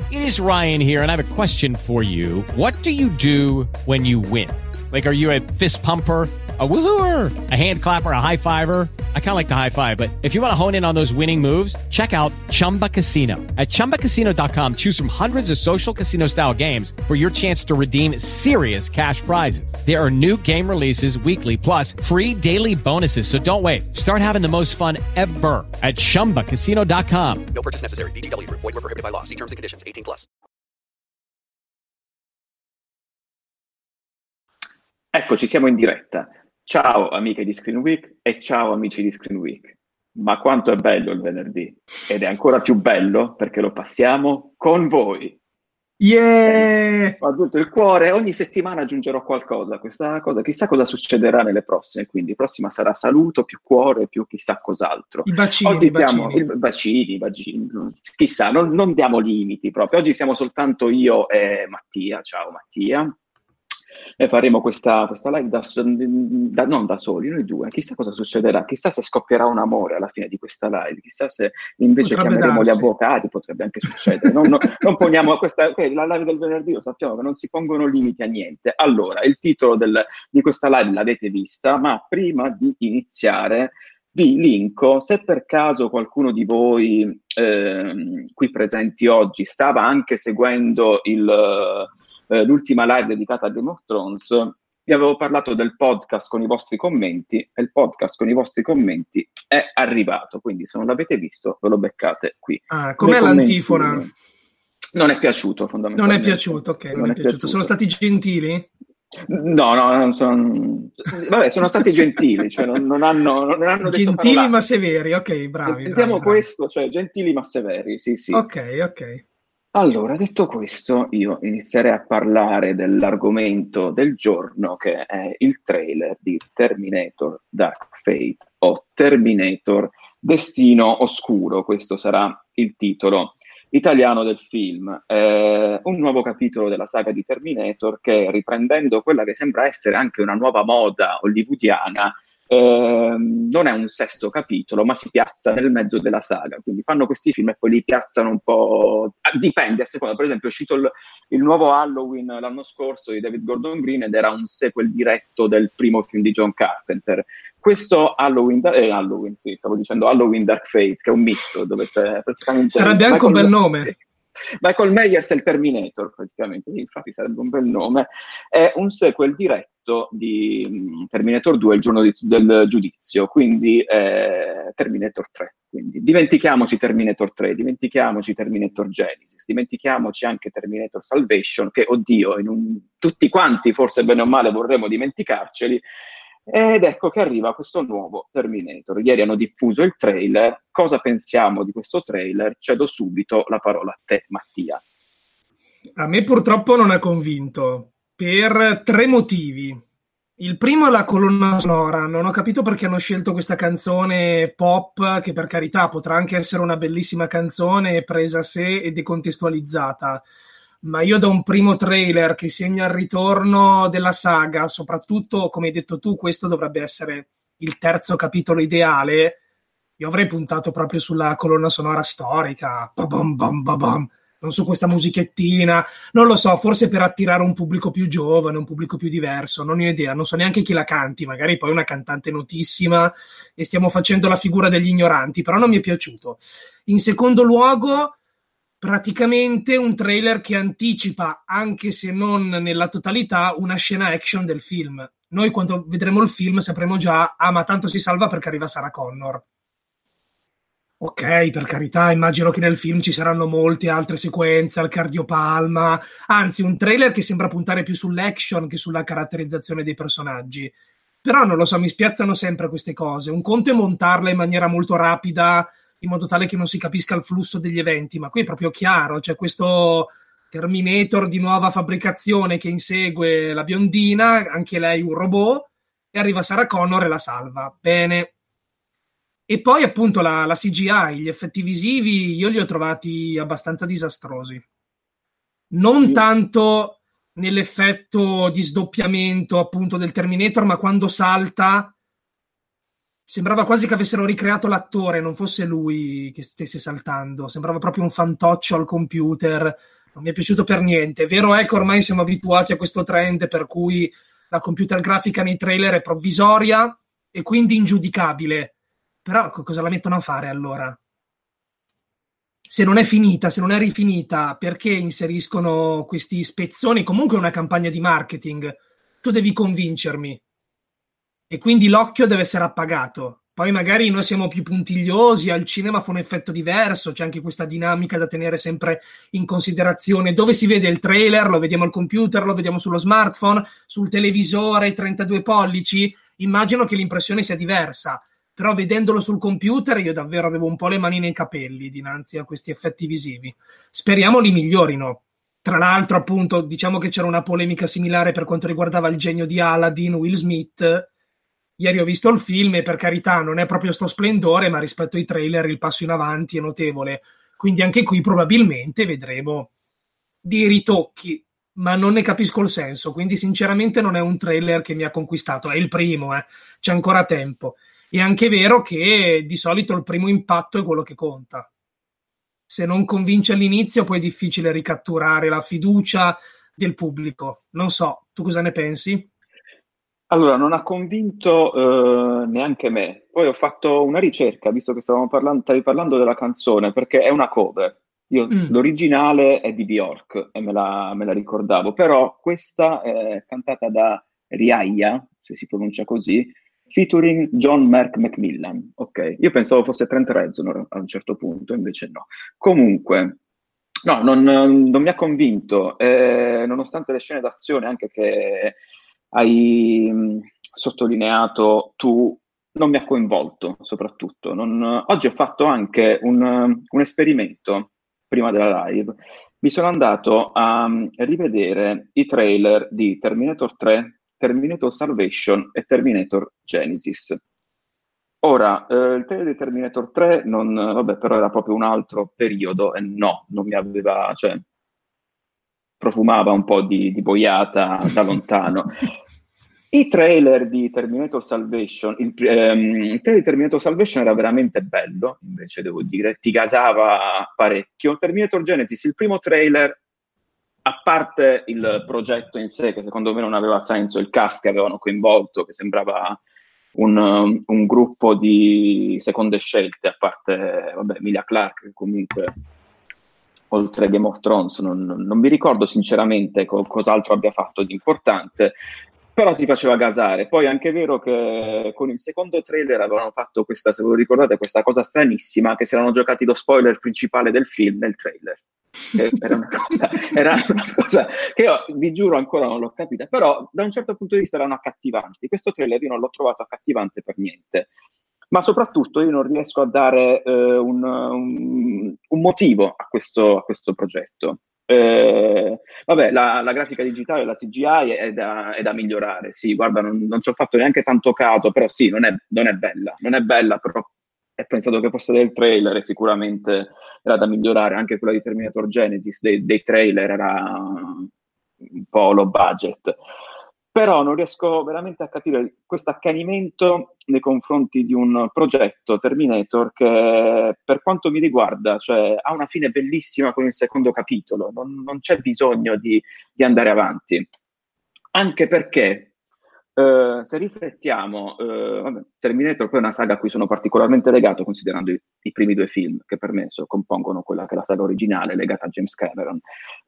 It is Ryan here, and I have a question for you. What do you do when you win? Like, are you a fist pumper, a woohooer, a hand clapper, a high fiver? I kind of like the high five, but if you want to hone in on those winning moves, check out Chumba Casino. At ChumbaCasino.com, choose from hundreds of social casino style games for your chance to redeem serious cash prizes. There are new game releases weekly, plus free daily bonuses. So don't wait. Start having the most fun ever at ChumbaCasino.com. No purchase necessary. VGW Group. Void where prohibited by law. See terms and conditions. 18+. Eccoci, siamo in diretta. Ciao amiche di Screen Week e ciao amici di Screen Week. Ma quanto è bello il venerdì! Ed è ancora più bello perché lo passiamo con voi. Yeah! Ho tutto il cuore, ogni settimana aggiungerò qualcosa. Questa cosa, chissà cosa succederà nelle prossime. Quindi prossima sarà saluto, più cuore, più chissà cos'altro. I bacini, Oggi i bacini. Bacini. Chissà, non diamo limiti proprio. Oggi siamo soltanto io e Mattia. Ciao Mattia. E faremo questa live non da soli, noi due. Chissà cosa succederà, chissà se scoppierà un amore alla fine di questa live, chissà se invece Potrebbe chiameremo darsi. gli avvocati, potrebbe anche succedere. Non poniamo la live del venerdì, lo sappiamo che non si pongono limiti a niente. Allora, il titolo di questa live l'avete vista, ma prima di iniziare vi linko, se per caso qualcuno di voi qui presenti oggi stava anche seguendo l'ultima live dedicata a Game of Thrones, vi avevo parlato del podcast con i vostri commenti e il podcast con i vostri commenti è arrivato, quindi se non l'avete visto ve lo beccate qui. Com'è l'antifona? Non è piaciuto fondamentalmente. Non è piaciuto, ok, non è piaciuto. Sono stati gentili? No, sono stati gentili, cioè non hanno detto gentili parolacce. ma severi, ok, bravi. Intendiamo questo, cioè gentili ma severi, sì. Ok. Allora, detto questo, io inizierei a parlare dell'argomento del giorno, che è il trailer di Terminator Dark Fate o Terminator Destino Oscuro. Questo sarà il titolo italiano del film. Un nuovo capitolo della saga di Terminator che, riprendendo quella che sembra essere anche una nuova moda hollywoodiana, non è un sesto capitolo, ma si piazza nel mezzo della saga, quindi fanno questi film e poi li piazzano un po', dipende a seconda. Per esempio è uscito il nuovo Halloween l'anno scorso di David Gordon Green ed era un sequel diretto del primo film di John Carpenter. Questo Halloween Dark Fate, che è un misto dove c'è praticamente sarebbe anche un bel nome. Michael Myers e il Terminator, praticamente, sì, infatti sarebbe un bel nome. È un sequel diretto di Terminator 2, il giorno del giudizio, quindi Terminator 3. Quindi dimentichiamoci Terminator 3, dimentichiamoci Terminator Genesis, dimentichiamoci anche Terminator Salvation, che, oddio, tutti quanti, forse bene o male, vorremmo dimenticarceli. Ed ecco che arriva questo nuovo Terminator. Ieri hanno diffuso il trailer. Cosa pensiamo di questo trailer? Cedo subito la parola a te, Mattia. A me purtroppo non ha convinto, per 3 motivi. Il primo è la colonna sonora. Non ho capito perché hanno scelto questa canzone pop, che per carità potrà anche essere una bellissima canzone presa a sé e decontestualizzata. Ma io da un primo trailer che segna il ritorno della saga, soprattutto, come hai detto tu, questo dovrebbe essere il terzo capitolo ideale, io avrei puntato proprio sulla colonna sonora storica, non su questa musichettina, non lo so, forse per attirare un pubblico più giovane, un pubblico più diverso, non ho idea, non so neanche chi la canti, magari poi una cantante notissima e stiamo facendo la figura degli ignoranti, però non mi è piaciuto. In secondo luogo, praticamente un trailer che anticipa, anche se non nella totalità, una scena action del film. Noi quando vedremo il film sapremo già, ma tanto si salva perché arriva Sarah Connor. Ok, per carità, immagino che nel film ci saranno molte altre sequenze al cardiopalma, anzi un trailer che sembra puntare più sull'action che sulla caratterizzazione dei personaggi. Però non lo so, mi spiazzano sempre queste cose. Un conto è montarla in maniera molto rapida, in modo tale che non si capisca il flusso degli eventi, ma qui è proprio chiaro, c'è questo Terminator di nuova fabbricazione che insegue la biondina, anche lei un robot, e arriva Sarah Connor e la salva. Bene. E poi appunto la CGI, gli effetti visivi, io li ho trovati abbastanza disastrosi. Non tanto nell'effetto di sdoppiamento appunto del Terminator, ma quando salta sembrava quasi che avessero ricreato l'attore, non fosse lui che stesse saltando, sembrava proprio un fantoccio al computer, non mi è piaciuto per niente. Vero è che ormai siamo abituati a questo trend per cui la computer grafica nei trailer è provvisoria e quindi ingiudicabile. Però cosa la mettono a fare allora? Se non è finita, se non è rifinita, perché inseriscono questi spezzoni? Comunque è una campagna di marketing. Tu devi convincermi. E quindi l'occhio deve essere appagato. Poi magari noi siamo più puntigliosi, al cinema fa un effetto diverso, c'è anche questa dinamica da tenere sempre in considerazione. Dove si vede il trailer? Lo vediamo al computer, lo vediamo sullo smartphone, sul televisore 32 pollici? Immagino che l'impressione sia diversa. Però vedendolo sul computer io davvero avevo un po' le mani nei capelli dinanzi a questi effetti visivi. Speriamo li migliorino. Tra l'altro, appunto, diciamo che c'era una polemica similare per quanto riguardava il genio di Aladdin, Will Smith. Ieri ho visto il film e per carità non è proprio sto splendore, ma rispetto ai trailer il passo in avanti è notevole. Quindi anche qui probabilmente vedremo dei ritocchi, ma non ne capisco il senso. Quindi sinceramente non è un trailer che mi ha conquistato. È il primo, c'è ancora tempo. È anche vero che di solito il primo impatto è quello che conta. Se non convince all'inizio, poi è difficile ricatturare la fiducia del pubblico. Non so, tu cosa ne pensi? Allora, non ha convinto neanche me. Poi ho fatto una ricerca, visto che stavi parlando della canzone, perché è una cover. L'originale è di Bjork e me la ricordavo, però questa è cantata da Rihanna, se si pronuncia così, featuring John Mark Macmillan. Ok, io pensavo fosse Trent Reznor a un certo punto, invece no. Comunque, no, non mi ha convinto, nonostante le scene d'azione anche che hai sottolineato tu, non mi ha coinvolto soprattutto. Oggi ho fatto anche un esperimento prima della live. Mi sono andato a rivedere i trailer di Terminator 3, Terminator Salvation e Terminator Genesis. Ora, il trailer di Terminator 3 vabbè, però era proprio un altro periodo e no, non mi aveva, cioè profumava un po' di boiata da lontano. I trailer di Terminator Salvation, il trailer di Terminator Salvation era veramente bello, invece devo dire, ti gasava parecchio. Terminator Genesis, il primo trailer, a parte il progetto in sé, che secondo me non aveva senso, il cast che avevano coinvolto, che sembrava un gruppo di seconde scelte, a parte, vabbè, Emilia Clarke, che comunque oltre Game of Thrones non mi ricordo sinceramente cos'altro abbia fatto di importante, però ti faceva gasare. Poi è anche vero che con il secondo trailer avevano fatto questa, se ve lo ricordate, questa cosa stranissima, che si erano giocati lo spoiler principale del film nel trailer. Era una cosa che io vi giuro ancora non l'ho capita, però da un certo punto di vista erano accattivanti. Questo trailer io non l'ho trovato accattivante per niente, ma soprattutto io non riesco a dare un motivo a questo progetto. Vabbè, la grafica digitale, la CGI è da migliorare. Sì, guarda, non ci ho fatto neanche tanto caso, però sì, non è bella, però è pensato che fosse del trailer e sicuramente era da migliorare. Anche quella di Terminator Genesis dei trailer era un po' low budget. Però non riesco veramente a capire questo accanimento nei confronti di un progetto Terminator che, per quanto mi riguarda, cioè, ha una fine bellissima con il secondo capitolo. Non c'è bisogno di andare avanti. Anche perché, se riflettiamo, vabbè, Terminator poi è una saga a cui sono particolarmente legato, considerando i primi due film, che per me compongono quella che è la saga originale, legata a James Cameron.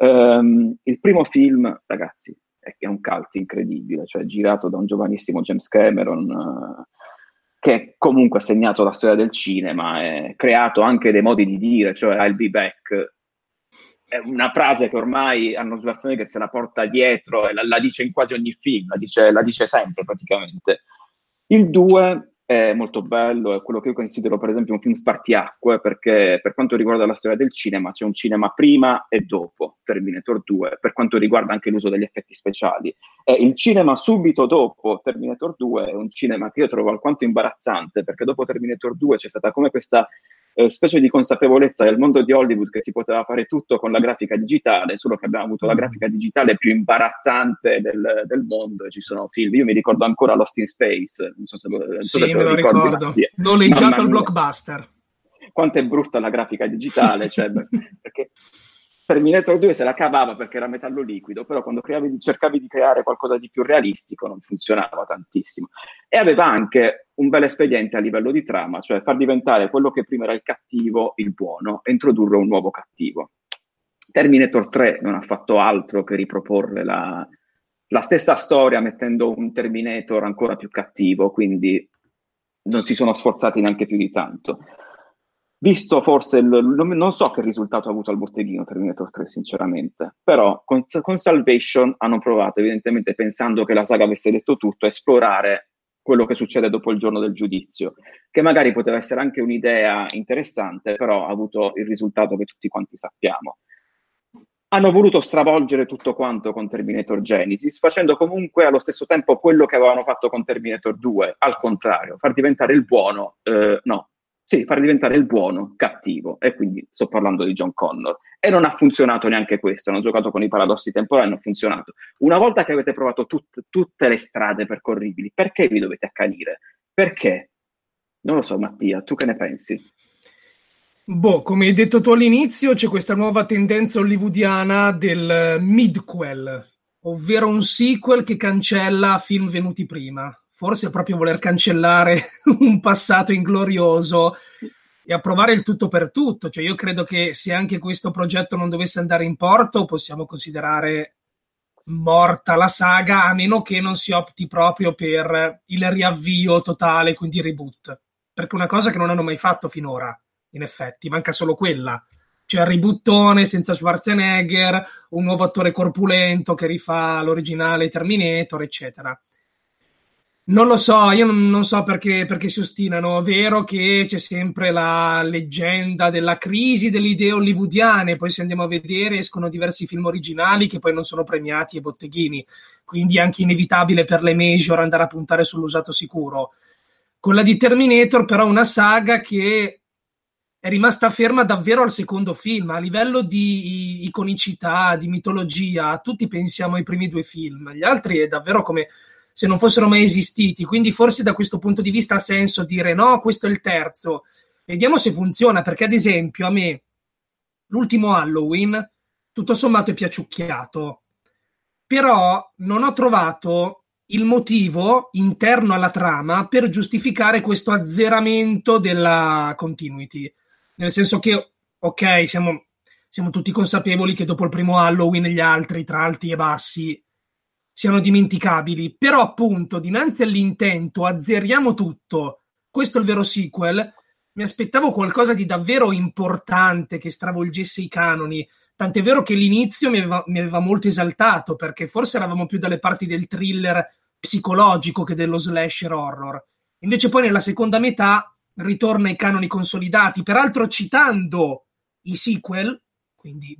Il primo film, ragazzi, è un cult incredibile, cioè girato da un giovanissimo James Cameron, che comunque ha segnato la storia del cinema, è creato anche dei modi di dire, cioè I'll be back, è una frase che ormai Arnold Schwarzenegger se la porta dietro e la dice in quasi ogni film, la dice sempre praticamente. Il 2 è molto bello, è quello che io considero per esempio un film spartiacque, perché per quanto riguarda la storia del cinema c'è un cinema prima e dopo Terminator 2, per quanto riguarda anche l'uso degli effetti speciali. E il cinema subito dopo Terminator 2 è un cinema che io trovo alquanto imbarazzante, perché dopo Terminator 2 c'è stata come questa specie di consapevolezza del mondo di Hollywood che si poteva fare tutto con la grafica digitale, solo che abbiamo avuto la grafica digitale più imbarazzante del mondo, e ci sono film, io mi ricordo ancora Lost in Space, non so se me lo ricordo, noleggiato al Blockbuster. Quanto è brutta la grafica digitale, cioè, perché Terminator 2 se la cavava perché era metallo liquido, però quando cercavi di creare qualcosa di più realistico non funzionava tantissimo. E aveva anche un bel espediente a livello di trama, cioè far diventare quello che prima era il cattivo il buono e introdurre un nuovo cattivo. Terminator 3 non ha fatto altro che riproporre la stessa storia mettendo un Terminator ancora più cattivo, quindi non si sono sforzati neanche più di tanto. Visto forse, non so che risultato ha avuto al botteghino Terminator 3 sinceramente, però con Salvation hanno provato, evidentemente pensando che la saga avesse detto tutto, a esplorare quello che succede dopo il giorno del giudizio, che magari poteva essere anche un'idea interessante, però ha avuto il risultato che tutti quanti sappiamo. Hanno voluto stravolgere tutto quanto con Terminator Genesis, facendo comunque allo stesso tempo quello che avevano fatto con Terminator 2, al contrario, far diventare il buono cattivo, e quindi sto parlando di John Connor. E non ha funzionato neanche questo, hanno giocato con i paradossi temporali, non ha funzionato. Una volta che avete provato tutte le strade percorribili, perché vi dovete accanire? Perché? Non lo so, Mattia, tu che ne pensi? Come hai detto tu all'inizio, c'è questa nuova tendenza hollywoodiana del midquel, ovvero un sequel che cancella film venuti prima. Forse è proprio voler cancellare un passato inglorioso e approvare il tutto per tutto. Cioè, io credo che se anche questo progetto non dovesse andare in porto, possiamo considerare morta la saga, a meno che non si opti proprio per il riavvio totale, quindi reboot. Perché una cosa che non hanno mai fatto finora, in effetti, manca solo quella. Cioè il ributtone senza Schwarzenegger, un nuovo attore corpulento che rifà l'originale Terminator, eccetera. Non lo so, io non so perché si ostinano. È vero che c'è sempre la leggenda della crisi delle idee hollywoodiane, poi se andiamo a vedere escono diversi film originali che poi non sono premiati ai botteghini, quindi è anche inevitabile per le major andare a puntare sull'usato sicuro. Quella di Terminator però è una saga che è rimasta ferma davvero al secondo film, a livello di iconicità, di mitologia, tutti pensiamo ai primi due film, gli altri è davvero come se non fossero mai esistiti, quindi forse da questo punto di vista ha senso dire no, questo è il terzo, vediamo se funziona, perché ad esempio a me l'ultimo Halloween tutto sommato è piaciucchiato, però non ho trovato il motivo interno alla trama per giustificare questo azzeramento della continuity, nel senso che ok, siamo tutti consapevoli che dopo il primo Halloween gli altri tra alti e bassi siano dimenticabili, però appunto dinanzi all'intento azzeriamo tutto, questo è il vero sequel, mi aspettavo qualcosa di davvero importante che stravolgesse i canoni, tant'è vero che l'inizio mi aveva molto esaltato, perché forse eravamo più dalle parti del thriller psicologico che dello slasher horror, invece poi nella seconda metà ritorna ai canoni consolidati, peraltro citando i sequel, quindi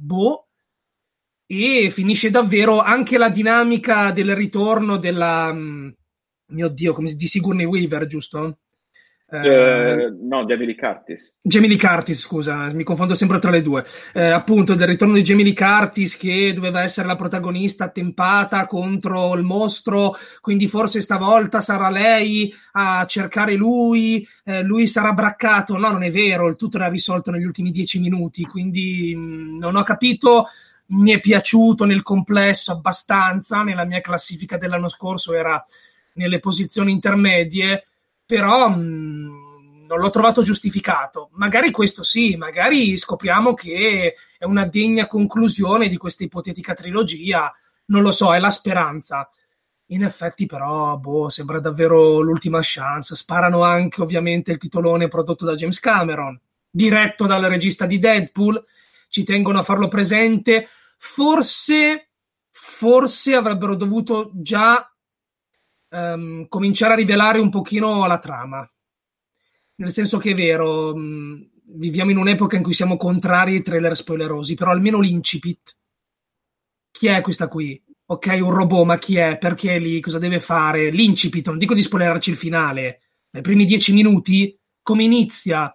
e finisce davvero anche la dinamica del ritorno della di Sigourney Weaver, giusto? No, Jamie Lee Curtis. Jamie Lee Curtis, scusa, mi confondo sempre tra le due. Appunto, del ritorno di Jamie Lee Curtis, che doveva essere la protagonista attempata contro il mostro, quindi forse stavolta sarà lei a cercare lui sarà braccato. No, non è vero, il tutto era risolto negli ultimi 10 minuti, quindi non ho capito. Mi è piaciuto nel complesso abbastanza, nella mia classifica dell'anno scorso era nelle posizioni intermedie, però non l'ho trovato giustificato. Magari questo sì, magari scopriamo che è una degna conclusione di questa ipotetica trilogia, non lo so, è la speranza. In effetti però, sembra davvero l'ultima chance. Sparano anche ovviamente il titolone prodotto da James Cameron, diretto dal regista di Deadpool, ci tengono a farlo presente. Forse avrebbero dovuto già cominciare a rivelare un pochino la trama, nel senso che è vero, viviamo in un'epoca in cui siamo contrari ai trailer spoilerosi, però almeno l'incipit, chi è questa qui? Ok, un robot, ma chi è? Perché è lì? Cosa deve fare? L'incipit, non dico di spoilerarci il finale, nei primi 10 minuti come inizia,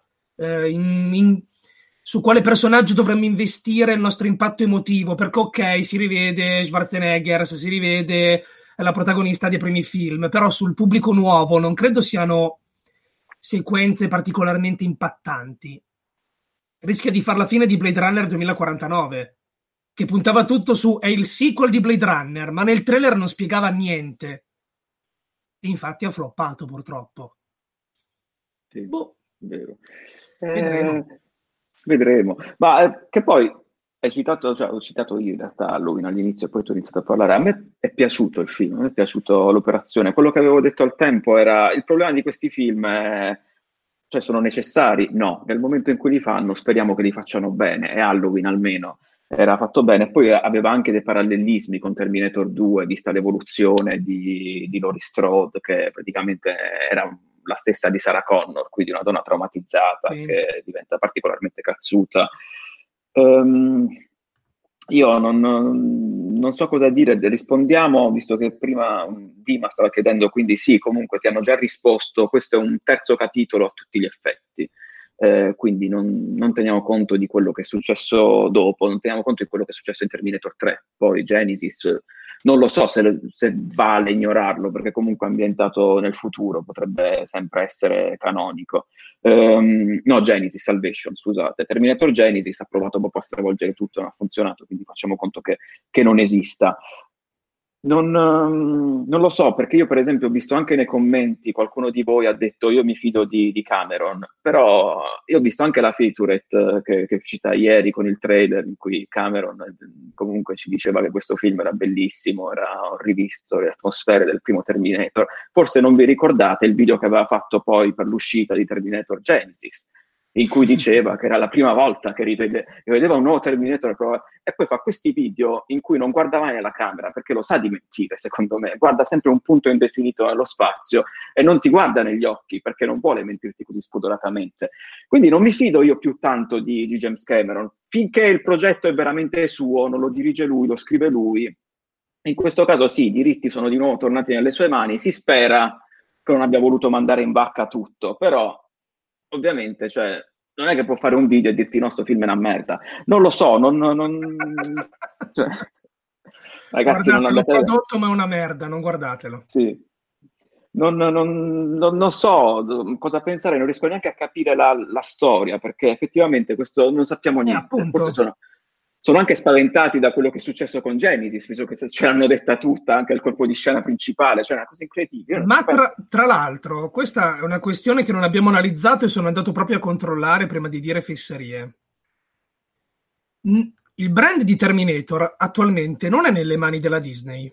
su quale personaggio dovremmo investire il nostro impatto emotivo, perché ok, si rivede Schwarzenegger, si rivede la protagonista dei primi film, però sul pubblico nuovo non credo siano sequenze particolarmente impattanti. Rischia di far la fine di Blade Runner 2049, che puntava tutto su è il sequel di Blade Runner, ma nel trailer non spiegava niente. E infatti ha floppato, purtroppo. Sì, Boh, vero. vedremo. Vedremo. Ma che poi ho citato io in realtà Halloween all'inizio e poi tu hai iniziato a parlare. A me è piaciuto il film, a me è piaciuto l'operazione. Quello che avevo detto al tempo era il problema di questi film è, cioè sono necessari? No, nel momento in cui li fanno speriamo che li facciano bene e Halloween almeno era fatto bene. Poi aveva anche dei parallelismi con Terminator 2, vista l'evoluzione di Laurie Strode, che praticamente era la stessa di Sarah Connor, quindi una donna traumatizzata Sì. che diventa particolarmente cazzuta. Ehm, io non so cosa dire, rispondiamo, visto che prima Dima stava chiedendo, quindi sì, comunque ti hanno già risposto, questo è un terzo capitolo a tutti gli effetti. Quindi non teniamo conto di quello che è successo dopo, non teniamo conto di quello che è successo in Terminator 3. Poi Genesis, non lo so se vale ignorarlo, perché comunque è ambientato nel futuro, potrebbe sempre essere canonico. No, Genesis, Salvation, scusate. Terminator Genesis ha provato proprio a stravolgere tutto, non ha funzionato, quindi facciamo conto che non esista. Non lo so, perché io per esempio ho visto anche nei commenti qualcuno di voi ha detto io mi fido di Cameron, però io ho visto anche la featurette che è uscita ieri con il trailer in cui Cameron comunque ci diceva che questo film era bellissimo, ho rivisto le atmosfere del primo Terminator. Forse non vi ricordate il video che aveva fatto poi per l'uscita di Terminator Genesis, in cui diceva che era la prima volta che rivedeva un nuovo Terminator e poi fa questi video in cui non guarda mai alla camera perché lo sa di mentire, secondo me, guarda sempre un punto indefinito nello spazio e non ti guarda negli occhi perché non vuole mentirti così spudoratamente. Quindi non mi fido io più tanto di James Cameron, finché il progetto è veramente suo, non lo dirige lui, lo scrive lui. In questo caso sì, i diritti sono di nuovo tornati nelle sue mani, si spera che non abbia voluto mandare in vacca tutto, però ovviamente, cioè, non è che può fare un video e dirti no, sto film è una merda. Non lo so, cioè, ragazzi, non Guardatelo, andate. prodotto ma è una merda, non guardatelo. Sì. Non so cosa pensare, non riesco neanche a capire la storia, perché effettivamente questo non sappiamo niente. Forse Appunto. sono anche spaventati da quello che è successo con Genesis, visto che ce l'hanno detta tutta, anche il colpo di scena principale, cioè una cosa incredibile. Io non ci Ma penso. tra l'altro, questa è una questione che non abbiamo analizzato e sono andato proprio a controllare prima di dire fesserie. Il brand di Terminator attualmente non è nelle mani della Disney,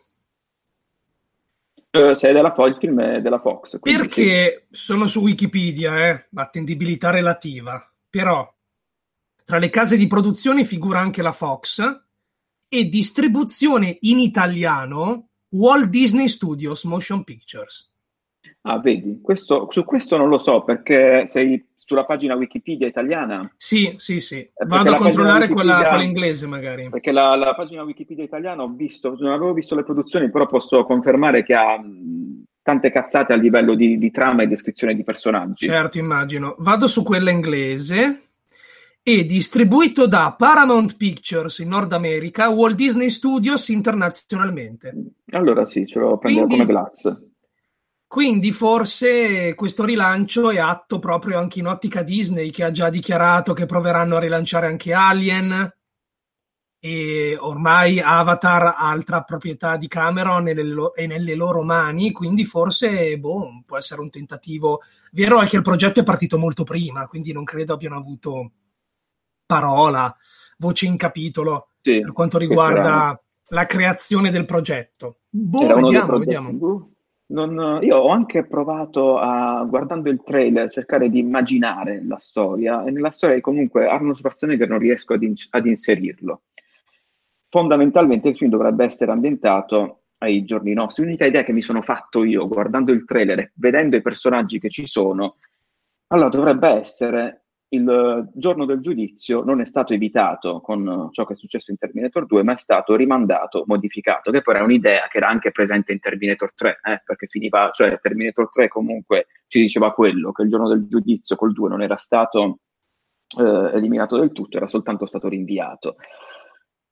Se è il film è della Fox, quindi sì. perché sono su Wikipedia, attendibilità relativa, però tra le case di produzione figura anche la Fox e distribuzione in italiano Walt Disney Studios Motion Pictures. Ah, vedi, su questo non lo so, perché sei sulla pagina Wikipedia italiana. Sì. Perché Vado a la pagina controllare Wikipedia, quella inglese, magari. perché la pagina Wikipedia italiana non avevo visto le produzioni, però posso confermare che ha tante cazzate a livello di trama e descrizione di personaggi. Certo, immagino. Vado su quella inglese e distribuito da Paramount Pictures in Nord America, Walt Disney Studios internazionalmente. Allora sì, ce lo prendevo come Glass. Quindi forse questo rilancio è atto proprio anche in ottica Disney, che ha già dichiarato che proveranno a rilanciare anche Alien, e ormai Avatar, altra proprietà di Cameron, è nelle loro mani, quindi forse può essere un tentativo. Vero è che il progetto è partito molto prima, quindi non credo abbiano avuto parola, voce in capitolo Sì, per quanto questo riguarda la creazione del progetto. era uno dei Vediamo. progetti. Io ho anche provato guardando il trailer, a cercare di immaginare la storia, e nella storia comunque Arnold Schwarzenegger non riesco ad inserirlo. Fondamentalmente il film dovrebbe essere ambientato ai giorni nostri. L'unica idea che mi sono fatto io, guardando il trailer e vedendo i personaggi che ci sono, allora dovrebbe essere il giorno del giudizio non è stato evitato con ciò che è successo in Terminator 2, ma è stato rimandato, modificato, che poi era un'idea che era anche presente in Terminator 3, perché finiva, cioè Terminator 3 comunque ci diceva quello, che il giorno del giudizio col 2 non era stato eliminato del tutto, era soltanto stato rinviato.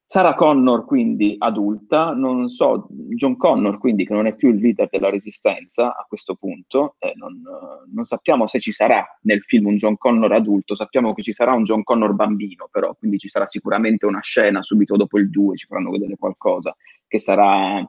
Sarah Connor quindi adulta, non so, John Connor quindi che non è più il leader della Resistenza a questo punto, non sappiamo se ci sarà nel film un John Connor adulto, sappiamo che ci sarà un John Connor bambino però, quindi ci sarà sicuramente una scena subito dopo il 2, ci faranno vedere qualcosa, che sarà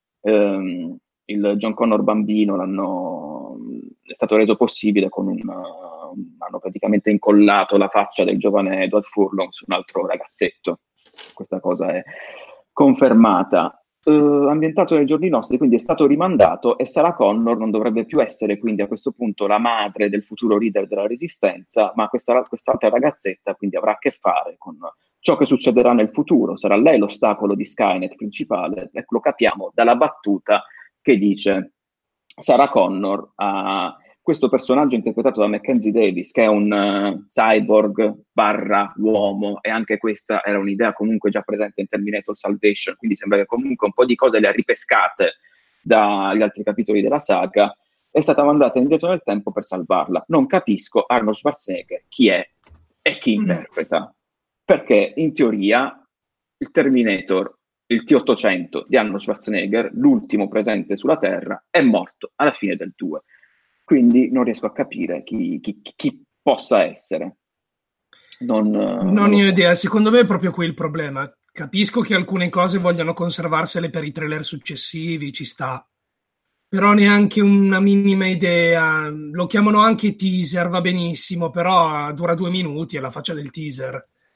il John Connor bambino, è stato reso possibile con hanno praticamente incollato la faccia del giovane Edward Furlong su un altro ragazzetto. Questa cosa è confermata. Ambientato nei giorni nostri, quindi è stato rimandato e Sarah Connor non dovrebbe più essere quindi a questo punto la madre del futuro leader della Resistenza, ma quest'altra ragazzetta quindi avrà a che fare con ciò che succederà nel futuro. Sarà lei l'ostacolo di Skynet principale, lo capiamo dalla battuta che dice Sarah Connor a questo personaggio interpretato da Mackenzie Davis, che è un cyborg barra uomo, e anche questa era un'idea comunque già presente in Terminator Salvation, quindi sembra che comunque un po' di cose le ha ripescate dagli altri capitoli della saga, è stata mandata indietro nel tempo per salvarla. Non capisco Arnold Schwarzenegger chi è e chi interpreta, perché in teoria il Terminator, il T-800 di Arnold Schwarzenegger, l'ultimo presente sulla Terra, è morto alla fine del 2. Quindi non riesco a capire chi possa essere. Non ho idea, secondo me è proprio qui il problema. Capisco che alcune cose vogliano conservarsele per i trailer successivi, ci sta. Però neanche una minima idea. Lo chiamano anche teaser, va benissimo, però dura 2 minuti, è la faccia del teaser.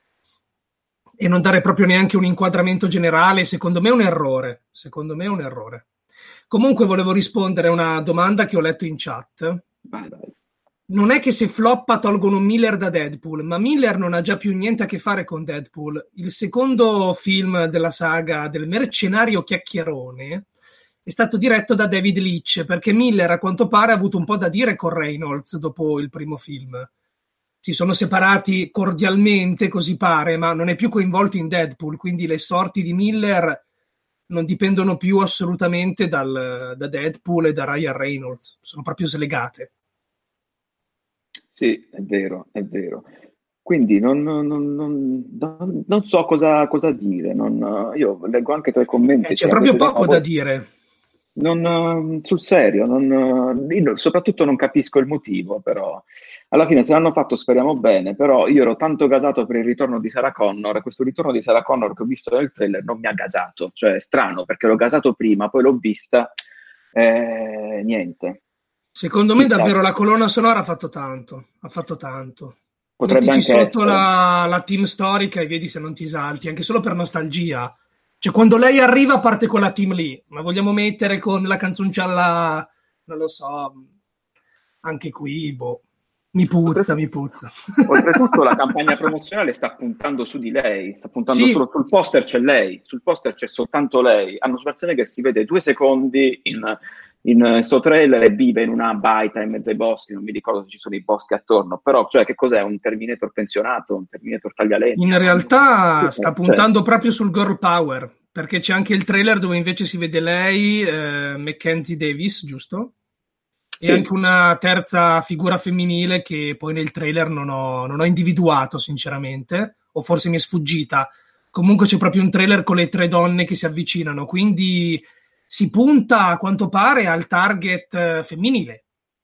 E non dare proprio neanche un inquadramento generale, secondo me è un errore. Comunque volevo rispondere a una domanda che ho letto in chat. Vai. Non è che se floppa tolgono Miller da Deadpool, ma Miller non ha già più niente a che fare con Deadpool. Il secondo film della saga del mercenario chiacchierone è stato diretto da David Leitch, perché Miller a quanto pare ha avuto un po' da dire con Reynolds dopo il primo film. Si sono separati cordialmente, così pare, ma non è più coinvolto in Deadpool, quindi le sorti di Miller non dipendono più assolutamente da Deadpool e da Ryan Reynolds, sono proprio slegate. Sì, è vero. Quindi non so cosa dire. Io leggo anche tra i commenti. C'è proprio poco da dire. Sul serio, io soprattutto non capisco il motivo, però alla fine se l'hanno fatto speriamo bene, però io ero tanto gasato per il ritorno di Sarah Connor, e questo ritorno di Sarah Connor che ho visto nel trailer non mi ha gasato, cioè è strano perché l'ho gasato prima, poi l'ho vista, niente. Secondo me davvero la colonna sonora ha fatto tanto. Potrebbe mettici anche sotto la team storica e vedi se non ti esalti, anche solo per nostalgia. Cioè, quando lei arriva parte quella team lì, ma vogliamo mettere con la canzoncella, non lo so, anche qui, mi puzza. Oltretutto la campagna promozionale sta puntando su di lei, sta puntando solo sul poster, c'è lei, sul poster c'è soltanto lei. Arnold Schwarzenegger si vede 2 secondi in sto trailer e vive in una baita in mezzo ai boschi, non mi ricordo se ci sono i boschi attorno, però cioè che cos'è? Un Terminator pensionato? Un Terminator taglialegna? In realtà sta puntando proprio sul girl power, perché c'è anche il trailer dove invece si vede lei, Mackenzie Davis, giusto? E anche una terza figura femminile che poi nel trailer non ho individuato sinceramente, o forse mi è sfuggita. Comunque c'è proprio un trailer con le 3 donne che si avvicinano, quindi si punta a quanto pare al target femminile.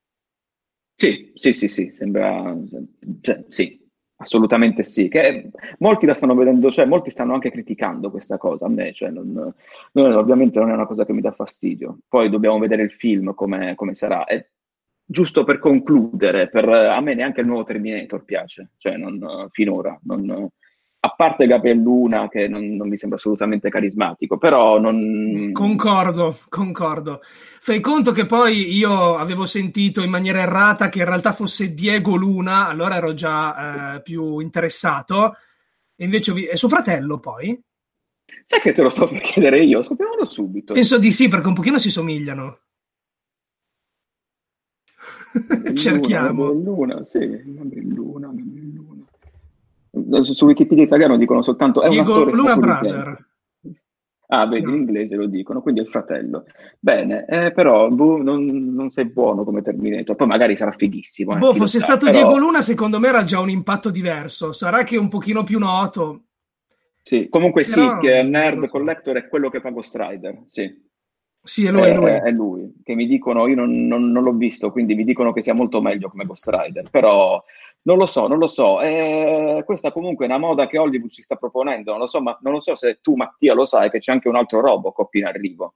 Sì, sembra, cioè, sì, assolutamente sì. Che molti la stanno vedendo, cioè molti stanno anche criticando questa cosa. A me, cioè, ovviamente non è una cosa che mi dà fastidio. Poi dobbiamo vedere il film come sarà. E giusto per concludere, a me neanche il nuovo Terminator piace, cioè finora a parte Gabriel Luna che non mi sembra assolutamente carismatico, però non... Concordo. Fai conto che poi io avevo sentito in maniera errata che in realtà fosse Diego Luna, allora ero già più interessato, e invece è suo fratello poi? Sai che te lo sto per chiedere io? Scopriamolo subito. Penso di sì, perché un pochino si somigliano. Cerchiamo. Luna, sì, Luna. Su Wikipedia italiano dicono soltanto è Diego un attore Luna Brother. Ah, vedi, in inglese lo dicono, quindi è il fratello. Bene, però non sei buono come Terminator, poi magari sarà fighissimo. Fosse stato Diego Luna, secondo me era già un impatto diverso. Sarà che è un pochino più noto. Sì, comunque sì, Però che non lo Nerd so. Collector è quello che fa Ghost Rider, sì. Sì, è lui. È lui, che mi dicono, io non l'ho visto, quindi mi dicono che sia molto meglio come Ghost Rider, però non lo so, non lo so. Questa comunque è una moda che Hollywood ci sta proponendo, non lo so, ma non lo so se tu, Mattia, lo sai che c'è anche un altro Robocop in arrivo.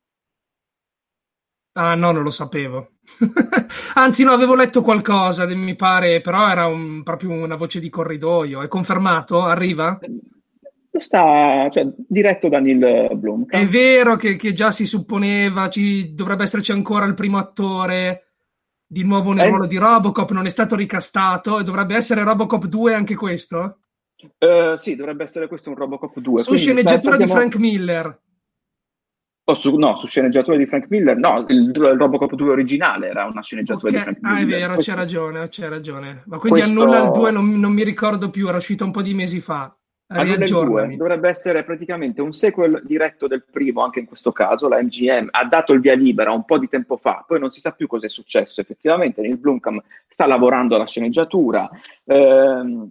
Ah, no, non lo sapevo. Anzi, no, avevo letto qualcosa, mi pare, però era proprio una voce di corridoio. È confermato? Arriva? Lo sta, cioè, diretto da Neil È Blomkamp. vero che già si supponeva, dovrebbe esserci ancora il primo attore di nuovo nel ruolo Eh, di Robocop, non è stato ricastato e dovrebbe essere Robocop 2 anche questo? sì, dovrebbe essere questo un Robocop 2, Su quindi sceneggiatura di stiamo... Frank Miller. No, su sceneggiatura di Frank Miller, no, il Robocop 2 originale era una sceneggiatura di Ok, Frank ah, è Miller. vero, c'è ragione, c'è ragione. Ma quindi annulla il 2, Questo non mi ricordo più, era uscito un po' di mesi fa. annulla il 2, Riaggiornami. dovrebbe essere praticamente un sequel diretto del primo, anche in questo caso, la MGM ha dato il via libera un po' di tempo fa, poi non si sa più cosa è successo, effettivamente Neil Blomkamp sta lavorando alla sceneggiatura, ehm,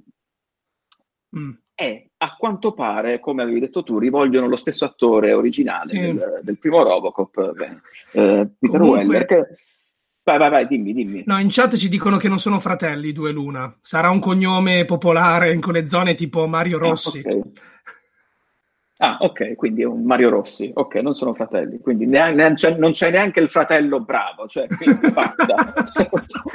Mm. e a quanto pare, come avevi detto tu, rivolgono lo stesso attore originale Sì. del primo Robocop, Peter Weller, Comunque, che... vai, dimmi, dimmi. no, in chat ci dicono che non sono fratelli i due Luna. Sarà un cognome popolare in quelle zone tipo Mario Ah, ok. Rossi. Ah, ok, quindi è un Mario Rossi. Ok, non sono fratelli, quindi non c'è neanche il fratello bravo, cioè, quindi basta. Cioè,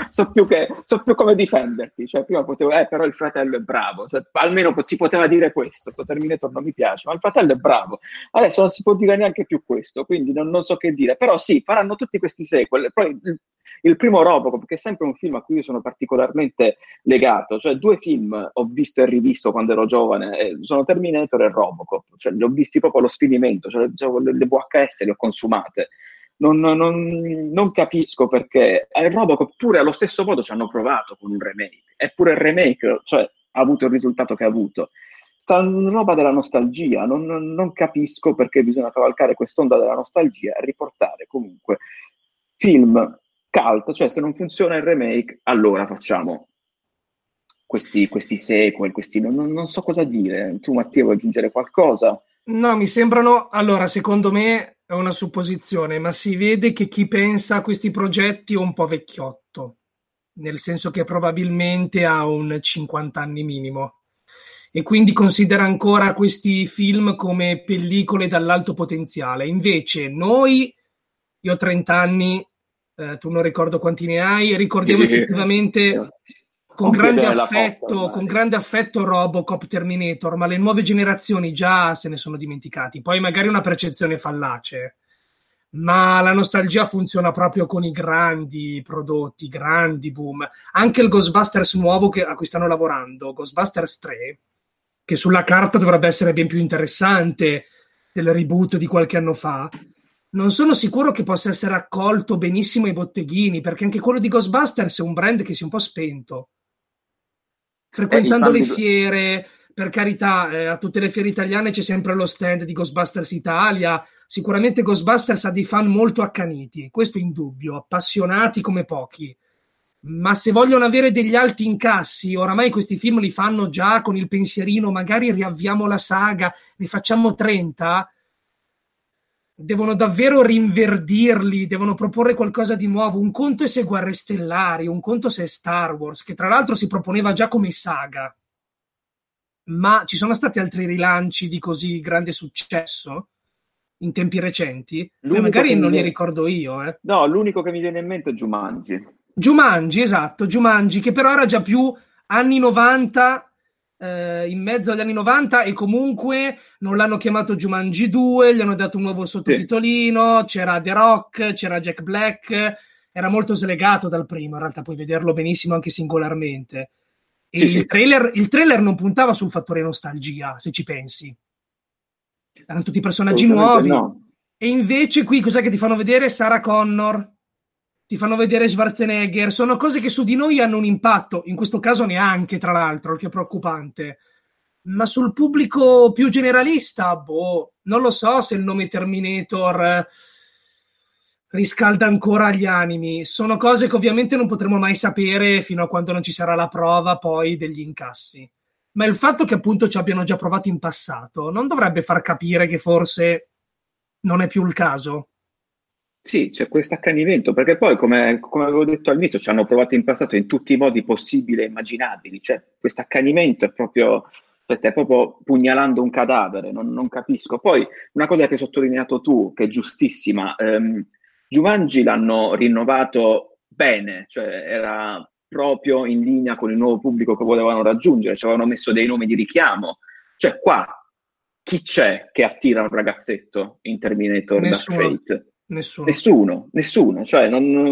so più come difenderti. Cioè, prima potevo, però il fratello è bravo. Cioè, almeno si poteva dire questo. Sto Terminator non mi piace, ma il fratello è bravo. Adesso non si può dire neanche più questo, quindi non so che dire. Però sì, faranno tutti questi sequel. Poi il primo Robocop, che è sempre un film a cui io sono particolarmente legato, cioè due film ho visto e rivisto quando ero giovane, sono Terminator e Robocop, cioè li ho visti proprio allo sfinimento, cioè, le VHS le ho consumate. Non capisco perché Robocop pure allo stesso modo ci hanno provato con un remake, eppure il remake cioè, ha avuto il risultato che ha avuto. Sta roba della nostalgia, non capisco perché bisogna cavalcare quest'onda della nostalgia e riportare comunque film cult, cioè se non funziona il remake, allora facciamo questi sequel, non so cosa dire. Tu, Mattia, vuoi aggiungere qualcosa? No, mi sembrano. Allora, secondo me è una supposizione, ma si vede che chi pensa a questi progetti è un po' vecchiotto, nel senso che probabilmente ha un 50 anni minimo e quindi considera ancora questi film come pellicole dall'alto potenziale. Invece noi, io ho 30 anni, tu non ricordo quanti ne hai, ricordiamo effettivamente Ho un piede nella fossa Con ormai. grande affetto Robocop Terminator, ma le nuove generazioni già se ne sono dimenticati. Poi magari una percezione fallace, ma la nostalgia funziona proprio con i grandi prodotti, grandi boom. Anche il Ghostbusters nuovo a cui stanno lavorando, Ghostbusters 3, che sulla carta dovrebbe essere ben più interessante del reboot di qualche anno fa. Non sono sicuro che possa essere accolto benissimo ai botteghini, perché anche quello di Ghostbusters è un brand che si è un po' spento. I Frequentando fan le di... fiere, per carità, a tutte le fiere italiane c'è sempre lo stand di Ghostbusters Italia. Sicuramente Ghostbusters ha dei fan molto accaniti, questo è indubbio, appassionati come pochi. Ma se vogliono avere degli alti incassi, oramai questi film li fanno già con il pensierino, magari riavviamo la saga, ne facciamo 30, devono davvero rinverdirli, devono proporre qualcosa di nuovo. Un conto è se Guerre Stellari, un conto se è Star Wars, che tra l'altro si proponeva già come saga. Ma ci sono stati altri rilanci di così grande successo in tempi recenti? Poi L'unico che magari mi non li viene... ricordo io, eh. No, l'unico che mi viene in mente è Jumanji. Jumanji, esatto, Jumanji, che però era già più anni 90, in mezzo agli anni 90, e comunque non l'hanno chiamato Jumanji 2, gli hanno dato un nuovo Sì, sottotitolino, c'era The Rock, c'era Jack Black, era molto slegato dal primo, in realtà puoi vederlo benissimo anche singolarmente. E sì, sì, il trailer non puntava sul fattore nostalgia, se ci pensi. Erano tutti personaggi assolutamente nuovi. no. E invece qui cos'è che ti fanno vedere? Sarah Connor, ti fanno vedere Schwarzenegger, sono cose che su di noi hanno un impatto, in questo caso neanche, tra l'altro, il che è preoccupante. Ma sul pubblico più generalista, boh, non lo so se il nome Terminator riscalda ancora gli animi. Sono cose che ovviamente non potremo mai sapere fino a quando non ci sarà la prova poi degli incassi. Ma il fatto che appunto ci abbiano già provato in passato non dovrebbe far capire che forse non è più il caso? Sì, c'è questo accanimento, perché poi, come avevo detto all'inizio, ci hanno provato in passato in tutti i modi possibili e immaginabili. Cioè, questo accanimento è proprio pugnalando un cadavere, non capisco. Poi, una cosa che hai sottolineato tu, che è giustissima, Jumanji l'hanno rinnovato bene, cioè era proprio in linea con il nuovo pubblico che volevano raggiungere, ci avevano messo dei nomi di richiamo. Cioè, qua, chi c'è che attira un ragazzetto in Terminator Dark Nessuno, Fate? nessuno. Nessuno, cioè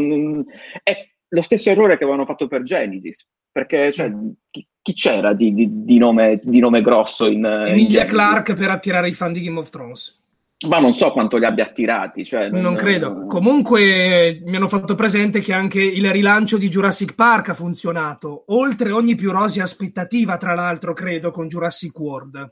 è lo stesso errore che avevano fatto per Genesis, perché cioè, chi c'era di nome grosso in Emilia Genesis? Clarke per attirare i fan di Game of Thrones. Ma non so quanto li abbia attirati, cioè, Non credo. Comunque mi hanno fatto presente che anche il rilancio di Jurassic Park ha funzionato, oltre ogni più rosea aspettativa, tra l'altro, credo, con Jurassic World.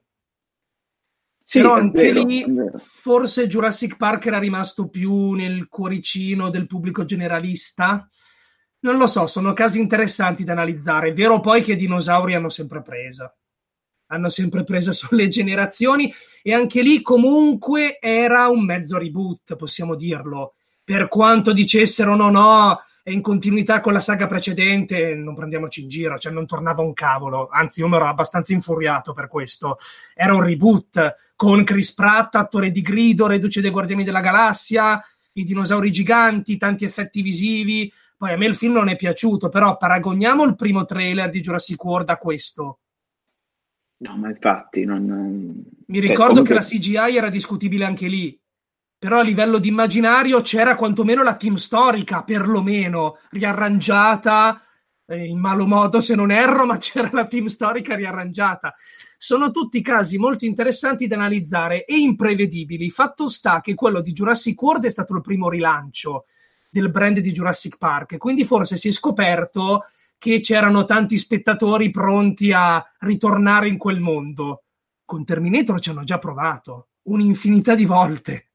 Sì, Però è anche vero, lì è vero. forse Jurassic Park era rimasto più nel cuoricino del pubblico generalista. Non lo so, sono casi interessanti da analizzare. È vero poi che i dinosauri hanno sempre presa. Hanno sempre presa sulle generazioni e anche lì comunque era un mezzo reboot, possiamo dirlo. Per quanto dicessero no, è in continuità con la saga precedente, non prendiamoci in giro, cioè non tornava un cavolo. Anzi, io mi ero abbastanza infuriato per questo. Era un reboot con Chris Pratt, attore di grido, reduce dei Guardiani della Galassia, i dinosauri giganti, tanti effetti visivi. Poi a me il film non è piaciuto, però paragoniamo il primo trailer di Jurassic World a questo. No, ma infatti, Mi cioè, ricordo che comunque, la CGI era discutibile anche lì, però a livello di immaginario c'era quantomeno la team storica, perlomeno, riarrangiata, in malo modo se non erro, ma c'era la team storica riarrangiata. Sono tutti casi molto interessanti da analizzare e imprevedibili. Fatto sta che quello di Jurassic World è stato il primo rilancio del brand di Jurassic Park, quindi forse si è scoperto che c'erano tanti spettatori pronti a ritornare in quel mondo. Con Terminator ci hanno già provato un'infinità di volte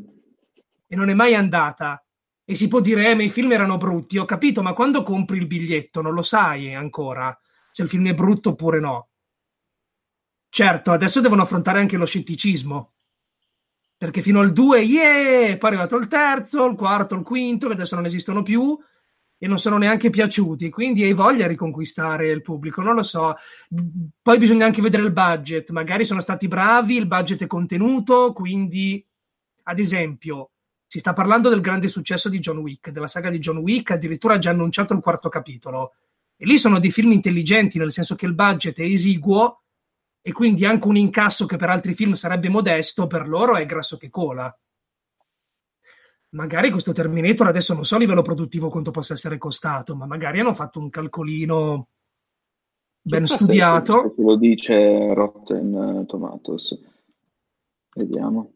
e non è mai andata. E si può dire, ma i film erano brutti, ho capito, ma quando compri il biglietto non lo sai ancora se il film è brutto oppure no. Certo, adesso devono affrontare anche lo scetticismo, perché fino al 2, yeah, poi è arrivato il terzo, il quarto, il quinto, che adesso non esistono più, e non sono neanche piaciuti, quindi hai voglia di riconquistare il pubblico, non lo so. Poi bisogna anche vedere il budget, magari sono stati bravi, il budget è contenuto, quindi ad esempio si sta parlando del grande successo di John Wick, della saga di John Wick, addirittura ha già annunciato il quarto capitolo, e lì sono dei film intelligenti, nel senso che il budget è esiguo e quindi anche un incasso che per altri film sarebbe modesto, per loro è grasso che cola. Magari questo Terminator adesso non so a livello produttivo quanto possa essere costato, ma magari hanno fatto un calcolino ben chissà se studiato. lo dice Rotten Tomatoes. Vediamo.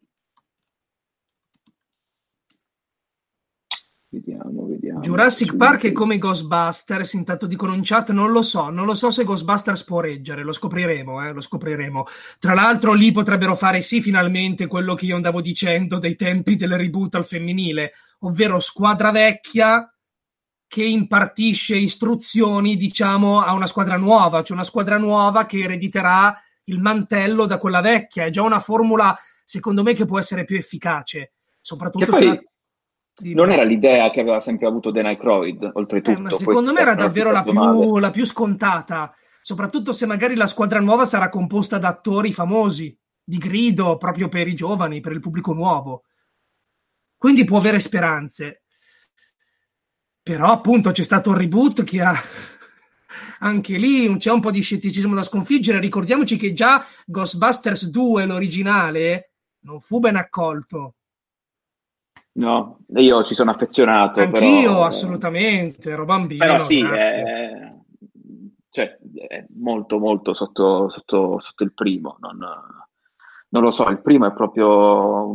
Vediamo. Jurassic Park è come Ghostbusters, intanto dicono in chat, non lo so se Ghostbusters può reggere, lo scopriremo. Tra l'altro lì potrebbero fare sì finalmente quello che io andavo dicendo dei tempi del reboot al femminile, ovvero squadra vecchia che impartisce istruzioni, diciamo, a una squadra nuova, cioè una squadra nuova che erediterà il mantello da quella vecchia. È già una formula, secondo me, che può essere più efficace, Che soprattutto poi non Dimmi. era l'idea che aveva sempre avuto Dan Aykroyd, Ma oltretutto, poi secondo me si è era davvero approffittato male. la più scontata, soprattutto se magari la squadra nuova sarà composta da attori famosi, di grido, proprio per i giovani, per il pubblico nuovo. Quindi può avere speranze. Però appunto c'è stato un reboot che ha anche lì c'è un po' di scetticismo da sconfiggere. Ricordiamoci che già Ghostbusters 2, l'originale, non fu ben accolto. No, io ci sono affezionato, Anch'io, però, assolutamente, ero però bambino, sì, grazie. cioè, è molto sotto il primo. Non lo so, il primo è proprio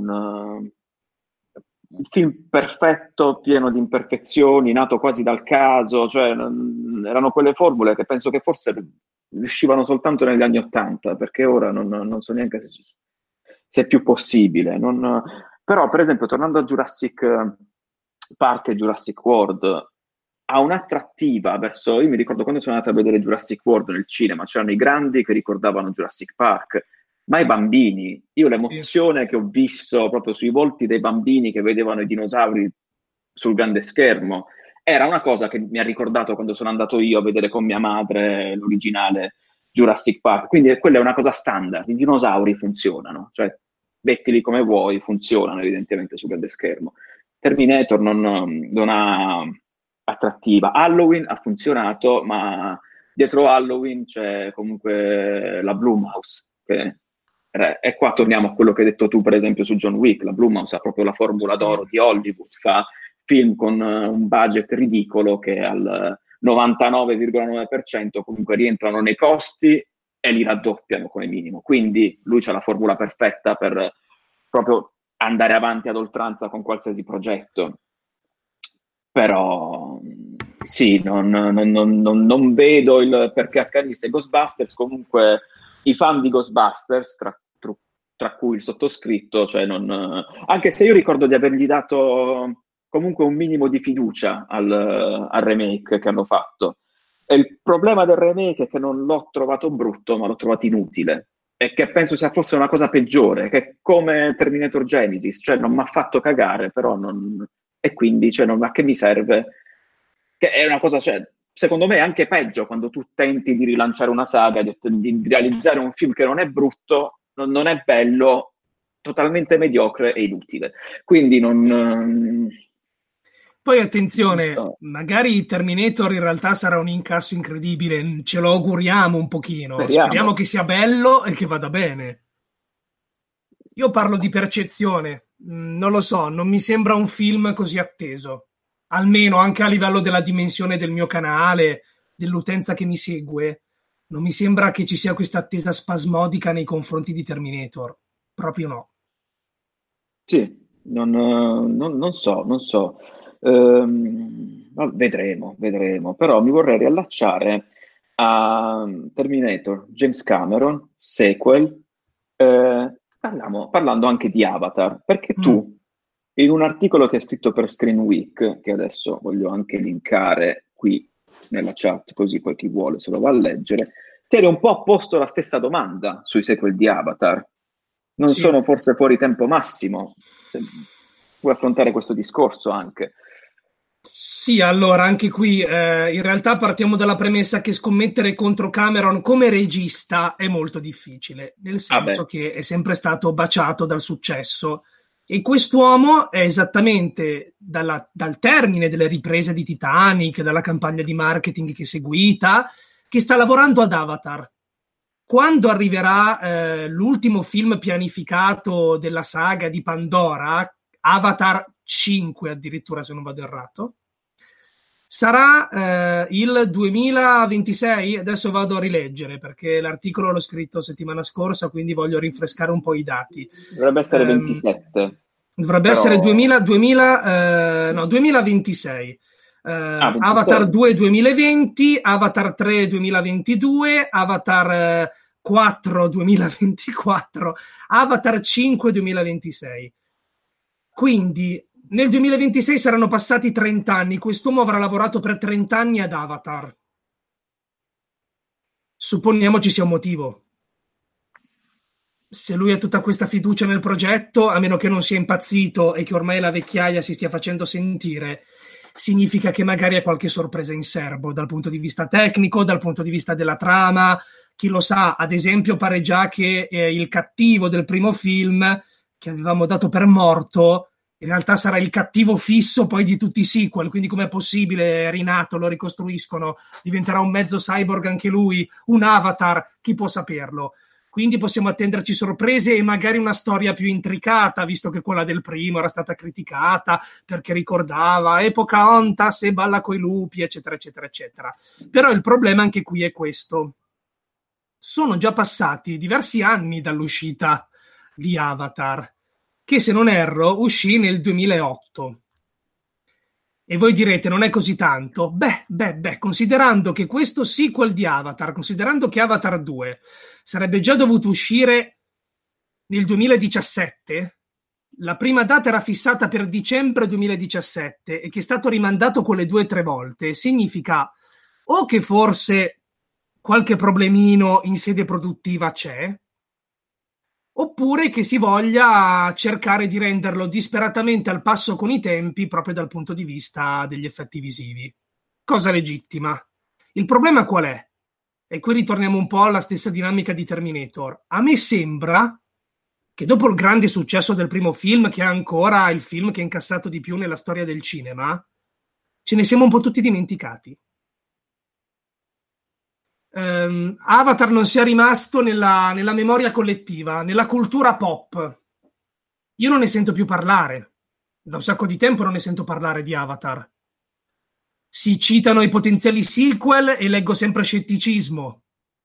un film perfetto, pieno di imperfezioni, nato quasi dal caso, cioè erano quelle formule che penso che forse riuscivano soltanto negli anni '80, perché ora non so neanche se è più possibile. Però, per esempio, tornando a Jurassic Park e Jurassic World, ha un'attrattiva verso... Io mi ricordo quando sono andato a vedere Jurassic World nel cinema, c'erano i grandi che ricordavano Jurassic Park, ma i bambini, io l'emozione che ho visto proprio sui volti dei bambini che vedevano i dinosauri sul grande schermo, era una cosa che mi ha ricordato quando sono andato io a vedere con mia madre l'originale Jurassic Park. Quindi quella è una cosa standard, i dinosauri funzionano, cioè mettili come vuoi, funzionano evidentemente sul grande schermo. Terminator non ha attrattiva. Halloween ha funzionato, ma dietro Halloween c'è comunque la Blumhouse, e qua torniamo a quello che hai detto tu per esempio su John Wick. La Blumhouse ha proprio la formula d'oro di Hollywood, fa film con un budget ridicolo che al 99,9% comunque rientrano nei costi e li raddoppiano come minimo, quindi lui c'ha la formula perfetta per proprio andare avanti ad oltranza con qualsiasi progetto. Però sì, non vedo il perché accadisse. Ghostbusters, comunque i fan di Ghostbusters, tra cui il sottoscritto, cioè anche se io ricordo di avergli dato comunque un minimo di fiducia al remake che hanno fatto. E il problema del remake è che non l'ho trovato brutto, ma l'ho trovato inutile. E che penso sia forse una cosa peggiore, che è come Terminator Genesis, cioè non mi ha fatto cagare, però non... E quindi, cioè, a che mi serve? Che è una cosa, cioè, secondo me è anche peggio quando tu tenti di rilanciare una saga, di realizzare un film che non è brutto, non è bello, totalmente mediocre e inutile. Quindi non... Poi attenzione, magari Terminator in realtà sarà un incasso incredibile, ce lo auguriamo un pochino, speriamo che sia bello e che vada bene. Io parlo di percezione, non lo so, non mi sembra un film così atteso, almeno anche a livello della dimensione del mio canale, dell'utenza che mi segue, non mi sembra che ci sia questa attesa spasmodica nei confronti di Terminator, proprio no. Sì, non so. Vedremo, però mi vorrei riallacciare a Terminator, James Cameron, sequel, parlando anche di Avatar, perché tu in un articolo che hai scritto per Screen Week, che adesso voglio anche linkare qui nella chat, così poi chi vuole se lo va a leggere, ti eri un po' posto la stessa domanda sui sequel di Avatar. Non sono forse fuori tempo massimo? Vuoi affrontare questo discorso anche? Sì, allora anche qui in realtà partiamo dalla premessa che scommettere contro Cameron come regista è molto difficile, nel senso che è sempre stato baciato dal successo e quest'uomo è esattamente dal termine delle riprese di Titanic, dalla campagna di marketing che è seguita, che sta lavorando ad Avatar. Quando arriverà l'ultimo film pianificato della saga di Pandora, Avatar 5 addirittura se non vado errato, sarà il 2026. Adesso vado a rileggere perché l'articolo l'ho scritto settimana scorsa, quindi voglio rinfrescare un po' i dati. Dovrebbe essere 27. Dovrebbe essere 2026. Avatar 2 2020, Avatar 3 2022, Avatar 4 2024, Avatar 5 2026. Quindi nel 2026 saranno passati 30 anni. Quest'uomo avrà lavorato per 30 anni ad Avatar. Supponiamo ci sia un motivo. Se lui ha tutta questa fiducia nel progetto, a meno che non sia impazzito e che ormai la vecchiaia si stia facendo sentire, significa che magari ha qualche sorpresa in serbo dal punto di vista tecnico, dal punto di vista della trama. Chi lo sa, ad esempio pare già che il cattivo del primo film, che avevamo dato per morto, in realtà sarà il cattivo fisso poi di tutti i sequel, quindi com'è possibile? È rinato, lo ricostruiscono, diventerà un mezzo cyborg anche lui, un avatar, chi può saperlo? Quindi possiamo attenderci sorprese e magari una storia più intricata, visto che quella del primo era stata criticata perché ricordava Pocahontas e balla coi lupi, eccetera, eccetera, eccetera. Però il problema anche qui è questo. Sono già passati diversi anni dall'uscita di Avatar, che se non erro uscì nel 2008. E voi direte, non è così tanto? Beh, considerando che questo sequel di Avatar, considerando che Avatar 2 sarebbe già dovuto uscire nel 2017, la prima data era fissata per dicembre 2017 e che è stato rimandato quelle 2 o 3 volte, significa o che forse qualche problemino in sede produttiva c'è, oppure che si voglia cercare di renderlo disperatamente al passo con i tempi proprio dal punto di vista degli effetti visivi. Cosa legittima. Il problema qual è? E qui ritorniamo un po' alla stessa dinamica di Terminator. A me sembra che dopo il grande successo del primo film, che è ancora il film che ha incassato di più nella storia del cinema, ce ne siamo un po' tutti dimenticati. Avatar non sia rimasto nella memoria collettiva, nella cultura pop. Io non ne sento più parlare. Da un sacco di tempo non ne sento parlare di Avatar. Si citano i potenziali sequel e leggo sempre scetticismo.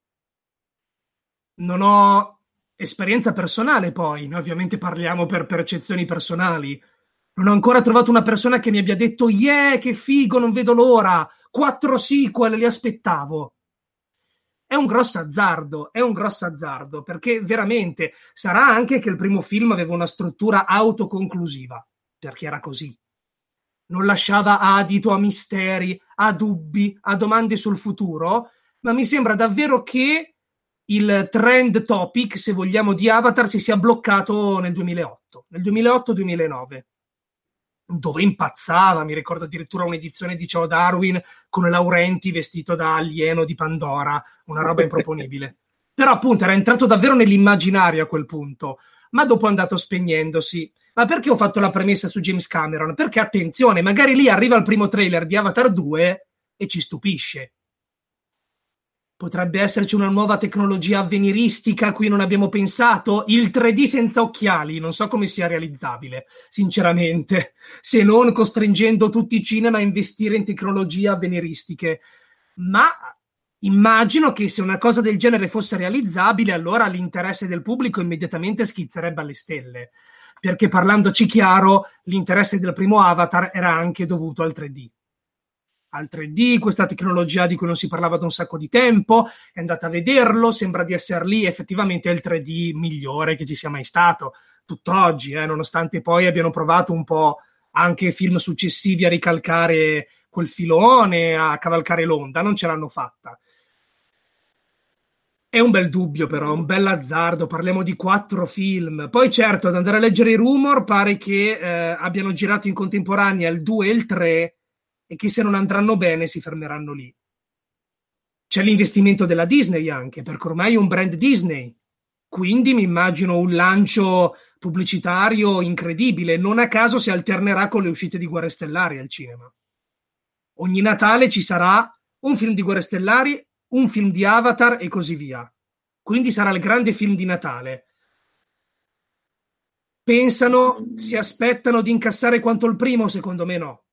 Non ho esperienza personale, poi. Noi ovviamente parliamo per percezioni personali. Non ho ancora trovato una persona che mi abbia detto «Yeah, che figo, non vedo l'ora! 4 sequel, li aspettavo!» È un grosso azzardo, perché veramente sarà anche che il primo film aveva una struttura autoconclusiva, perché era così. Non lasciava adito a misteri, a dubbi, a domande sul futuro, ma mi sembra davvero che il trend topic, se vogliamo, di Avatar si sia bloccato nel 2008-2009. Dove impazzava, mi ricordo addirittura un'edizione di Ciao Darwin con Laurenti vestito da alieno di Pandora, una roba improponibile. Però appunto era entrato davvero nell'immaginario a quel punto, ma dopo è andato spegnendosi. Ma perché ho fatto la premessa su James Cameron? Perché attenzione, magari lì arriva il primo trailer di Avatar 2 e ci stupisce. Potrebbe esserci una nuova tecnologia avveniristica a cui non abbiamo pensato? Il 3D senza occhiali, non so come sia realizzabile, sinceramente, se non costringendo tutti i cinema a investire in tecnologie avveniristiche. Ma immagino che se una cosa del genere fosse realizzabile, allora l'interesse del pubblico immediatamente schizzerebbe alle stelle, perché parlandoci chiaro, l'interesse del primo Avatar era anche dovuto al 3D. Al 3D, questa tecnologia di cui non si parlava da un sacco di tempo, è andata a vederlo, sembra di essere lì, effettivamente è il 3D migliore che ci sia mai stato, tutt'oggi, nonostante poi abbiano provato un po' anche film successivi a ricalcare quel filone, a cavalcare l'onda, non ce l'hanno fatta. È un bel dubbio però, un bel azzardo, parliamo di 4 film. Poi certo, ad andare a leggere i rumor, pare che abbiano girato in contemporanea il 2 e il 3, e che se non andranno bene si fermeranno lì. C'è l'investimento della Disney anche, perché ormai è un brand Disney, quindi mi immagino un lancio pubblicitario incredibile. Non a caso si alternerà con le uscite di Guerre Stellari al cinema. Ogni Natale ci sarà un film di Guerre Stellari, un film di Avatar e così via. Quindi sarà il grande film di Natale. Pensano, si aspettano di incassare quanto il primo? Secondo me no.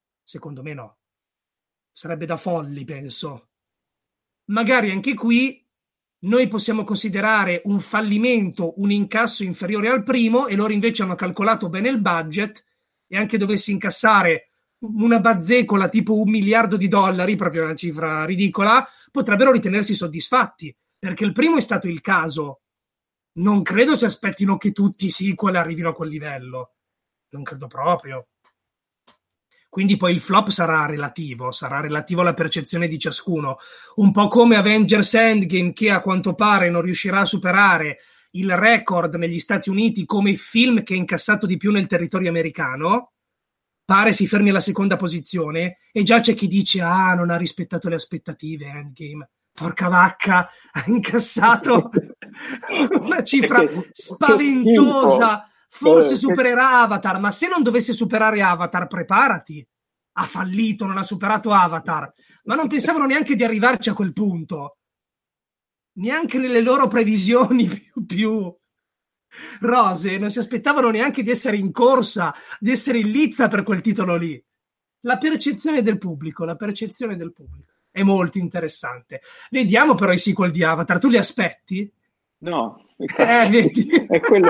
Sarebbe da folli, penso. Magari anche qui noi possiamo considerare un fallimento, un incasso inferiore al primo, e loro invece hanno calcolato bene il budget, e anche dovessi incassare una bazzecola tipo $1 miliardo, proprio una cifra ridicola, potrebbero ritenersi soddisfatti, perché il primo è stato il caso. Non credo si aspettino che tutti i sequel arrivino a quel livello. Non credo proprio. Quindi poi il flop sarà relativo alla percezione di ciascuno, un po' come Avengers Endgame, che a quanto pare non riuscirà a superare il record negli Stati Uniti come film che ha incassato di più nel territorio americano, pare si fermi alla seconda posizione, e già c'è chi dice non ha rispettato le aspettative Endgame. Porca vacca, ha incassato una cifra spaventosa. Forse supererà Avatar, ma se non dovesse superare Avatar, preparati. Ha fallito, non ha superato Avatar. Ma non pensavano neanche di arrivarci a quel punto. Neanche nelle loro previsioni più rose, non si aspettavano neanche di essere in corsa, di essere in lizza per quel titolo lì. La percezione del pubblico è molto interessante. Vediamo però i sequel di Avatar. Tu li aspetti? No, vedi. È quello.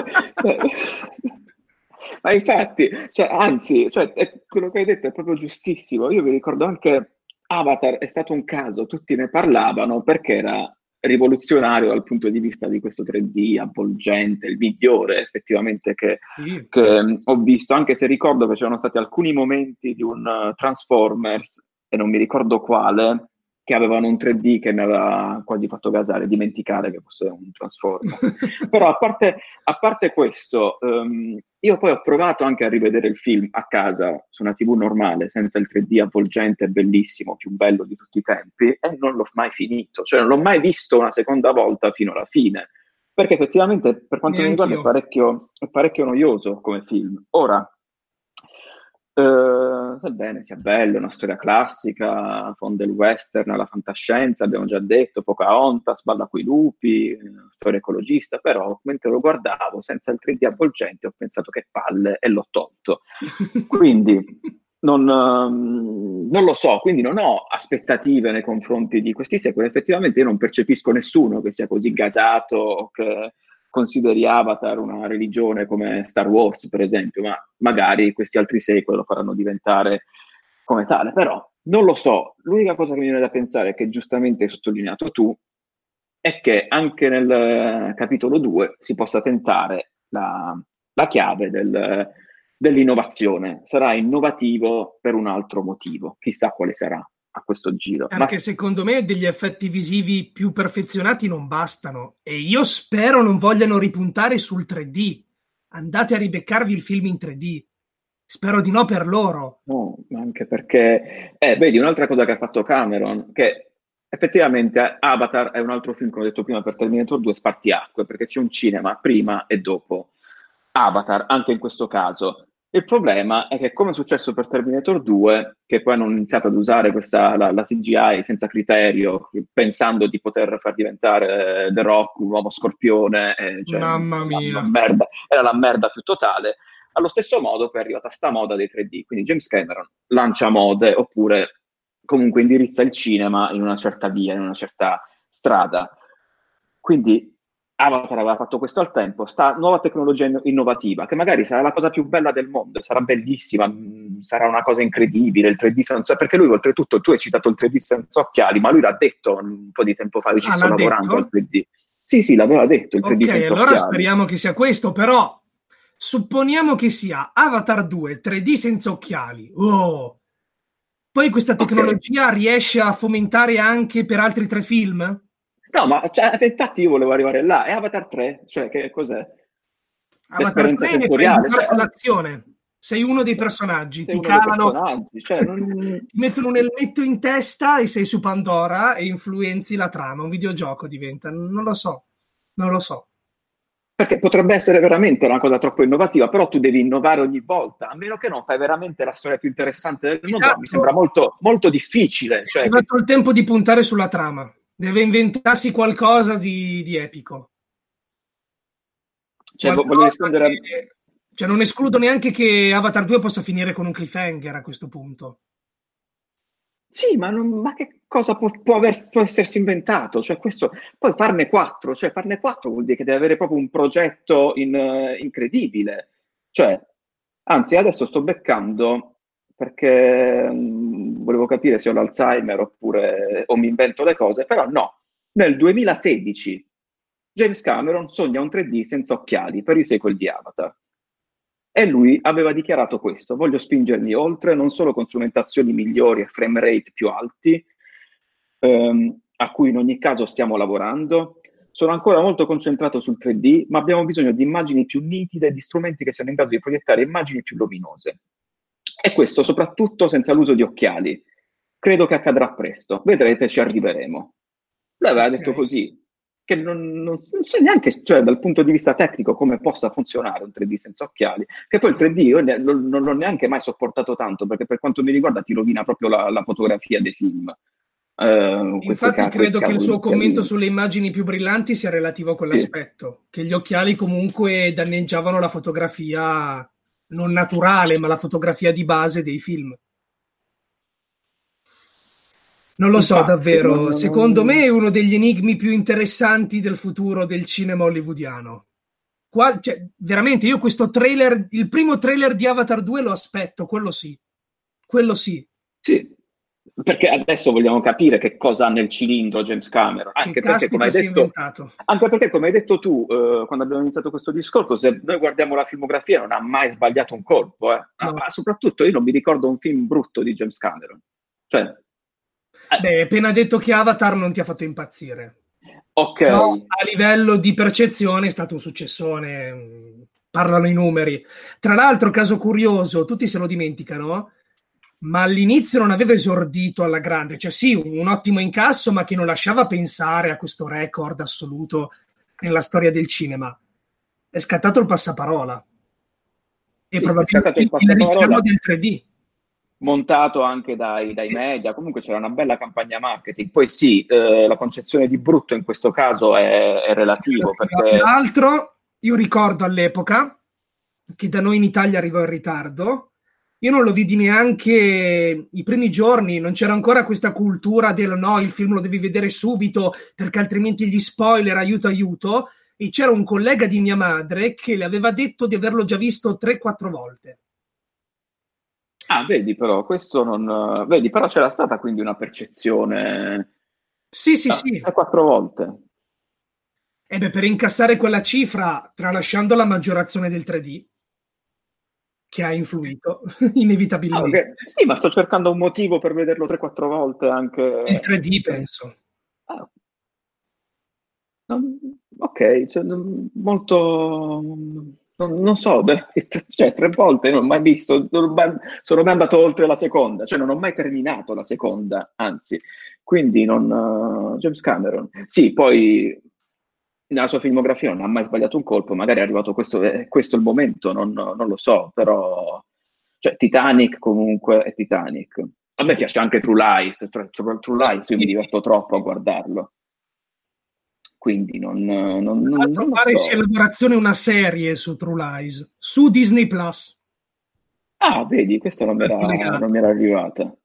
Ma infatti, anzi, quello che hai detto è proprio giustissimo. Io vi ricordo anche Avatar è stato un caso, tutti ne parlavano perché rivoluzionario dal punto di vista di questo 3D avvolgente, il migliore effettivamente Sì. che ho visto, anche se ricordo che c'erano stati alcuni momenti di un Transformers, e non mi ricordo quale, che avevano un 3D che mi aveva quasi fatto gasare, dimenticare che fosse un Transformers. Però a parte questo, io poi ho provato anche a rivedere il film a casa su una TV normale, senza il 3D avvolgente, bellissimo, più bello di tutti i tempi, e non l'ho mai finito, cioè non l'ho mai visto una seconda volta fino alla fine, perché effettivamente per quanto mi riguarda è parecchio noioso come film. Ora, sebbene sia bello, è una storia classica, fonda il western, la fantascienza, abbiamo già detto, Pocahontas, Balla coi lupi, storia ecologista, però mentre lo guardavo senza il 3D avvolgente ho pensato che palle e l'ho tolto. Quindi non lo so, quindi non ho aspettative nei confronti di questi sequel. Effettivamente io non percepisco nessuno che sia così gasato o che consideri Avatar una religione come Star Wars, per esempio, ma magari questi altri sequel lo faranno diventare come tale, però non lo so. L'unica cosa che mi viene da pensare, che giustamente hai sottolineato tu, è che anche nel capitolo 2 si possa tentare la chiave dell'innovazione. Sarà innovativo per un altro motivo, chissà quale sarà a questo giro. Anche secondo me degli effetti visivi più perfezionati non bastano, e io spero non vogliano ripuntare sul 3D. Andate a ribeccarvi il film in 3D. Spero di no per loro. No, anche perché, vedi, un'altra cosa che ha fatto Cameron, che effettivamente Avatar è un altro film, come ho detto prima, per Terminator 2 spartiacque, perché c'è un cinema prima e dopo Avatar, anche in questo caso. Il problema è che, come è successo per Terminator 2, che poi hanno iniziato ad usare la CGI senza criterio, pensando di poter far diventare The Rock un nuovo Scorpione, cioè, Mamma mia. era la merda più totale. Allo stesso modo poi è arrivata sta moda dei 3D, quindi James Cameron lancia mode, oppure comunque indirizza il cinema in una certa via, in una certa strada. Quindi Avatar aveva fatto questo al tempo, sta nuova tecnologia innovativa, che magari sarà la cosa più bella del mondo, sarà bellissima, sarà una cosa incredibile, il 3D senza... Perché lui, oltretutto, tu hai citato il 3D senza occhiali, ma lui l'ha detto un po' di tempo fa, io ci sto lavorando al 3D. Sì, l'aveva detto, il 3D senza allora occhiali. Speriamo che sia questo, però supponiamo che sia Avatar 2, 3D senza occhiali. Oh. Poi questa tecnologia riesce a fomentare anche per altri 3 film? No, ma infatti io volevo arrivare là. È Avatar 3, cioè che cos'è? Avatar 3 sensoriale. L'azione. Sei uno dei personaggi, ti mettono un elmetto in testa e sei su Pandora e influenzi la trama. Un videogioco diventa. Non lo so. Perché potrebbe essere veramente una cosa troppo innovativa, però tu devi innovare ogni volta, a meno che non fai veramente la storia più interessante del mondo. Esatto. Mi sembra molto, molto difficile. Cioè, è arrivato il tempo di puntare sulla trama. Deve inventarsi qualcosa di epico. Cioè, voglio rispondere non escludo neanche che Avatar 2 possa finire con un cliffhanger a questo punto. Sì, ma che cosa può essersi inventato? Cioè, questo, poi farne 4, vuol dire che deve avere proprio un progetto incredibile. Cioè, anzi, adesso sto beccando perché volevo capire se ho l'Alzheimer oppure o mi invento le cose, però no. Nel 2016 James Cameron sogna un 3D senza occhiali per i sequel di Avatar. E lui aveva dichiarato questo: voglio spingermi oltre, non solo con strumentazioni migliori e frame rate più alti, a cui in ogni caso stiamo lavorando. Sono ancora molto concentrato sul 3D, ma abbiamo bisogno di immagini più nitide e di strumenti che siano in grado di proiettare immagini più luminose. E questo soprattutto senza l'uso di occhiali. Credo che accadrà presto. Vedrete, ci arriveremo. Lui aveva detto così, che non so neanche, cioè, dal punto di vista tecnico, come possa funzionare un 3D senza occhiali, che poi il 3D io non l'ho neanche mai sopportato tanto, perché per quanto mi riguarda ti rovina proprio la fotografia dei film. Infatti credo che il suo commento sulle immagini più brillanti sia relativo a quell'aspetto, che gli occhiali comunque danneggiavano la fotografia non naturale, ma la fotografia di base dei film. Non lo so davvero, secondo me è uno degli enigmi più interessanti del futuro del cinema hollywoodiano. Veramente, io questo trailer, il primo trailer di Avatar 2 lo aspetto, quello sì. Sì, perché adesso vogliamo capire che cosa ha nel cilindro James Cameron, Che caspita si è inventato. anche perché come hai detto tu, quando abbiamo iniziato questo discorso, se noi guardiamo la filmografia non ha mai sbagliato un colpo, No. ma soprattutto io non mi ricordo un film brutto di James Cameron. Cioè, Beh, appena detto che Avatar non ti ha fatto impazzire. ok, No, a livello di percezione è stato un successone, parlano i numeri. Tra l'altro, caso curioso, tutti se lo dimenticano, ma all'inizio non aveva esordito alla grande, cioè sì, un ottimo incasso, ma che non lasciava pensare a questo record assoluto nella storia del cinema. È scattato il passaparola e sì, è scattato probabilmente il il richiamo passaparola, del 3D. montato anche dai media, comunque c'era una bella campagna marketing. Poi sì, la concezione di brutto in questo caso è relativo, Tra perché l'altro, io ricordo all'epoca che da noi in Italia arrivò in ritardo. Io non lo vidi neanche i primi giorni, non c'era ancora questa cultura del no, il film lo devi vedere subito perché altrimenti gli spoiler, aiuto, aiuto. E c'era un collega di mia madre che le aveva detto di averlo già visto 3-4 volte. vedi però, questo non... Vedi, però c'era stata quindi una percezione Sì, sì, sì. 3-4 volte. E beh, per incassare quella cifra, tralasciando la maggiorazione del 3D, che ha influito inevitabilmente, Ok. Sì, ma sto cercando un motivo per vederlo 3-4 volte il anche... 3D penso. Ah, ok, cioè, molto... non so, cioè 3 volte non ho mai visto, sono mai andato oltre la seconda, cioè non ho mai terminato la seconda, anzi, quindi non... James Cameron. Sì, poi nella sua filmografia non ha mai sbagliato un colpo, magari è arrivato questo è il momento, non lo so, però... Cioè, Titanic comunque è Titanic. A me Sì. piace anche True Lies, True Lies io mi diverto troppo a guardarlo, quindi Tra l'altro non lo pare sia in so. elaborazione una serie su True Lies, su Disney Plus. Ah, vedi, questa Super non collegato. mi era arrivata.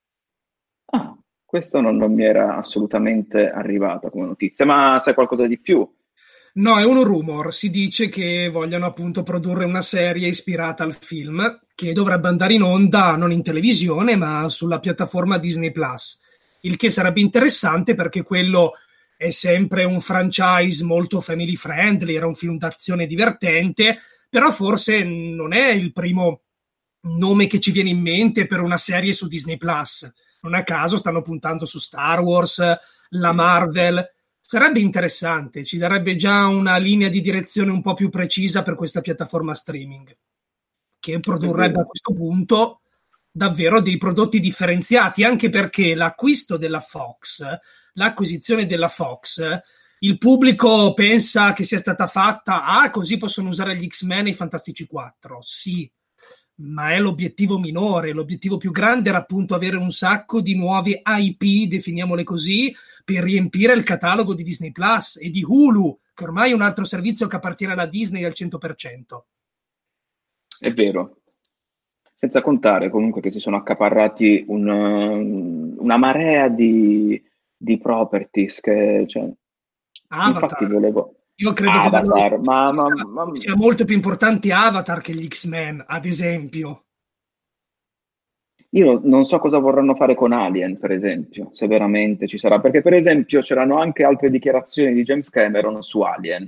Ah, questo non mi era assolutamente arrivata come notizia, ma sai qualcosa di più? No, è un rumor. Si dice che vogliano appunto produrre una serie ispirata al film che dovrebbe andare in onda non in televisione, ma sulla piattaforma Disney Plus. Il che sarebbe interessante perché quello è sempre un franchise molto family friendly, era un film d'azione divertente, però forse non è il primo nome che ci viene in mente per una serie su Disney Plus. Non a caso stanno puntando su Star Wars, la Marvel. Sarebbe interessante, ci darebbe già una linea di direzione un po' più precisa per questa piattaforma streaming, che È produrrebbe a vero. questo punto davvero dei prodotti differenziati, anche perché l'acquisizione della Fox, il pubblico pensa che sia stata fatta, così possono usare gli X-Men e i Fantastici 4. Sì, ma è l'obiettivo minore. L'obiettivo più grande era appunto avere un sacco di nuove IP, definiamole così, per riempire il catalogo di Disney Plus e di Hulu, che ormai è un altro servizio che appartiene alla Disney al 100%. È vero. Senza contare comunque che si sono accaparrati una marea di properties che, cioè, infatti Avatar. volevo... Io credo che dal loro Avatar, punto di vista sia molto più importante Avatar che gli X-Men, ad esempio. io non so cosa vorranno fare con Alien, per esempio, se veramente ci sarà, perché per esempio c'erano anche altre dichiarazioni di James Cameron su Alien.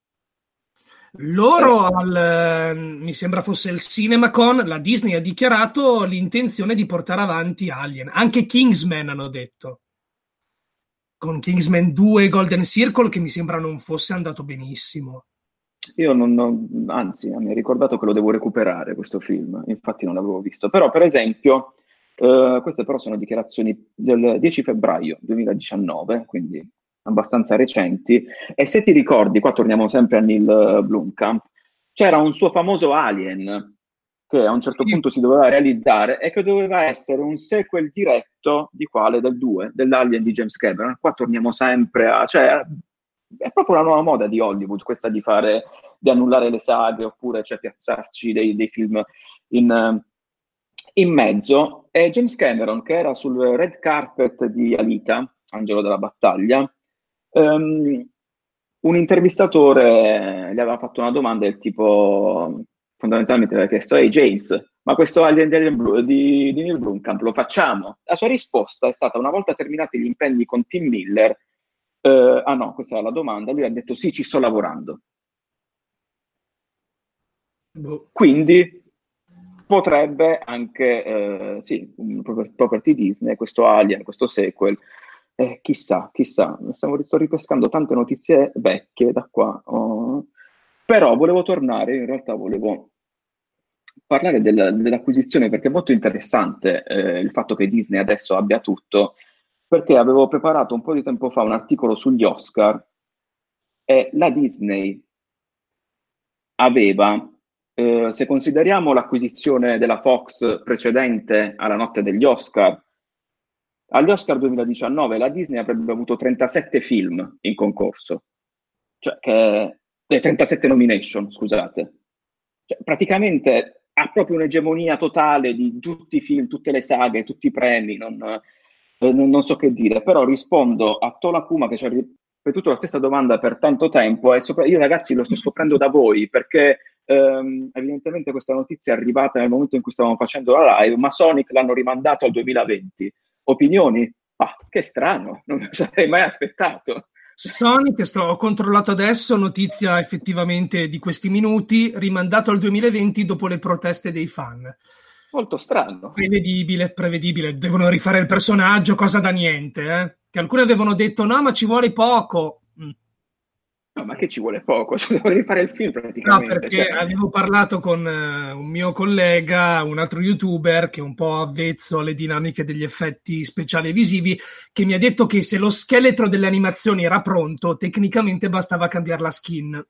Loro, mi sembra fosse il CinemaCon, la Disney ha dichiarato l'intenzione di portare avanti Alien. Anche Kingsman hanno detto. Con Kingsman 2 e Golden Circle, che mi sembra non fosse andato benissimo. Io anzi, mi ha ricordato che lo devo recuperare questo film, infatti non l'avevo visto. Però, per esempio, queste però sono dichiarazioni del 10 febbraio 2019, quindi abbastanza recenti. E se ti ricordi, qua torniamo sempre a Neil Blomkamp, c'era un suo famoso Alien che a un certo Sì, punto si doveva realizzare e che doveva essere un sequel diretto di quale? Del 2, dell'Alien di James Cameron. Qua torniamo sempre a... cioè, è proprio una nuova moda di Hollywood, questa di annullare le saghe oppure cioè, piazzarci dei film in mezzo. E James Cameron, che era sul red carpet di Alita, Angelo della Battaglia, un intervistatore gli aveva fatto una domanda del tipo, fondamentalmente aveva chiesto: Hey James, ma questo Alien di Neil Blomkamp lo facciamo? La sua risposta è stata, una volta terminati gli impegni con Tim Miller, ah no, questa era la domanda, lui ha detto sì, ci sto lavorando. Quindi potrebbe anche, sì, un property Disney, questo Alien, questo sequel, chissà, sto ripescando tante notizie vecchie da qua, però volevo tornare, in realtà volevo parlare dell'acquisizione, perché è molto interessante il fatto che Disney adesso abbia tutto, perché avevo preparato un po' di tempo fa un articolo sugli Oscar e la Disney aveva, se consideriamo l'acquisizione della Fox precedente alla notte degli Oscar, agli Oscar 2019 la Disney avrebbe avuto 37 film in concorso, cioè 37 nomination, scusate. Cioè, praticamente ha proprio un'egemonia totale di tutti i film, tutte le saghe, tutti i premi, non so che dire, però rispondo a Tola Kuma che ci ha ripetuto la stessa domanda per tanto tempo e io ragazzi lo sto scoprendo da voi perché evidentemente questa notizia è arrivata nel momento in cui stavamo facendo la live, ma Sonic l'hanno rimandato al 2020. Opinioni? Ah, che strano, non me lo sarei mai aspettato. Sonic, ho controllato adesso, notizia effettivamente di questi minuti, rimandato al 2020 dopo le proteste dei fan. Molto strano. Prevedibile, devono rifare il personaggio, cosa da niente, che alcuni avevano detto no, ma ci vuole poco. No, ma che ci vuole poco, cioè, devo rifare il film praticamente. No, perché avevo parlato con un mio collega, un altro youtuber che è un po' avvezzo alle dinamiche degli effetti speciali e visivi, che mi ha detto che se lo scheletro delle animazioni era pronto, tecnicamente bastava cambiare la skin.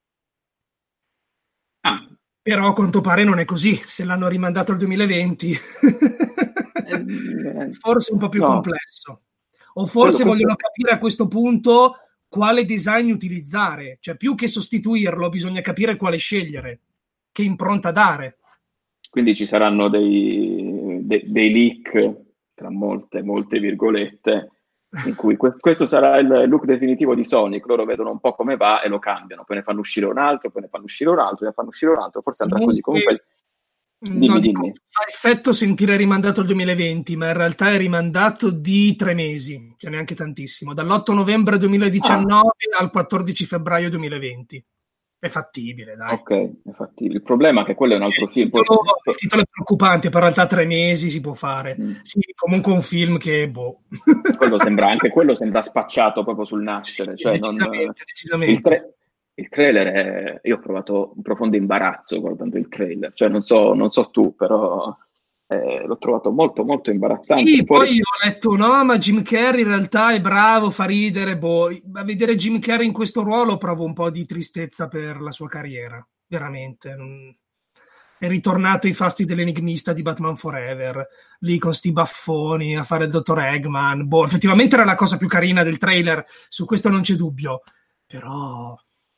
Però a quanto pare non è così, se l'hanno rimandato al 2020 forse un po' più complesso. O forse vogliono capire a questo punto quale design utilizzare, cioè più che sostituirlo bisogna capire quale scegliere, che impronta dare. Quindi ci saranno dei leak, tra molte virgolette, in cui questo sarà il look definitivo di Sonic, loro vedono un po' come va e lo cambiano, poi ne fanno uscire un altro, poi ne fanno uscire un altro, ne fanno uscire un altro, forse andrà così. Comunque dimmi. Fa effetto sentire rimandato al 2020, ma in realtà è rimandato di 3 mesi, cioè neanche tantissimo, dall'8 novembre 2019 al 14 febbraio 2020. È fattibile, dai. Ok, è fattibile. Il problema è che quello è un altro film. Il titolo è preoccupante, però in realtà 3 mesi si può fare. Sì, comunque un film che, quello sembra spacciato proprio sul nascere. Sì, cioè decisamente. Il trailer ho provato un profondo imbarazzo guardando il trailer. Cioè non so tu, però l'ho trovato molto, molto imbarazzante. Sì, poi ho letto, no, ma Jim Carrey in realtà è bravo, fa ridere. A vedere Jim Carrey in questo ruolo provo un po' di tristezza per la sua carriera, veramente. È ritornato ai fasti dell'enigmista di Batman Forever, lì con sti baffoni a fare il dottor Eggman. Effettivamente era la cosa più carina del trailer, su questo non c'è dubbio, però...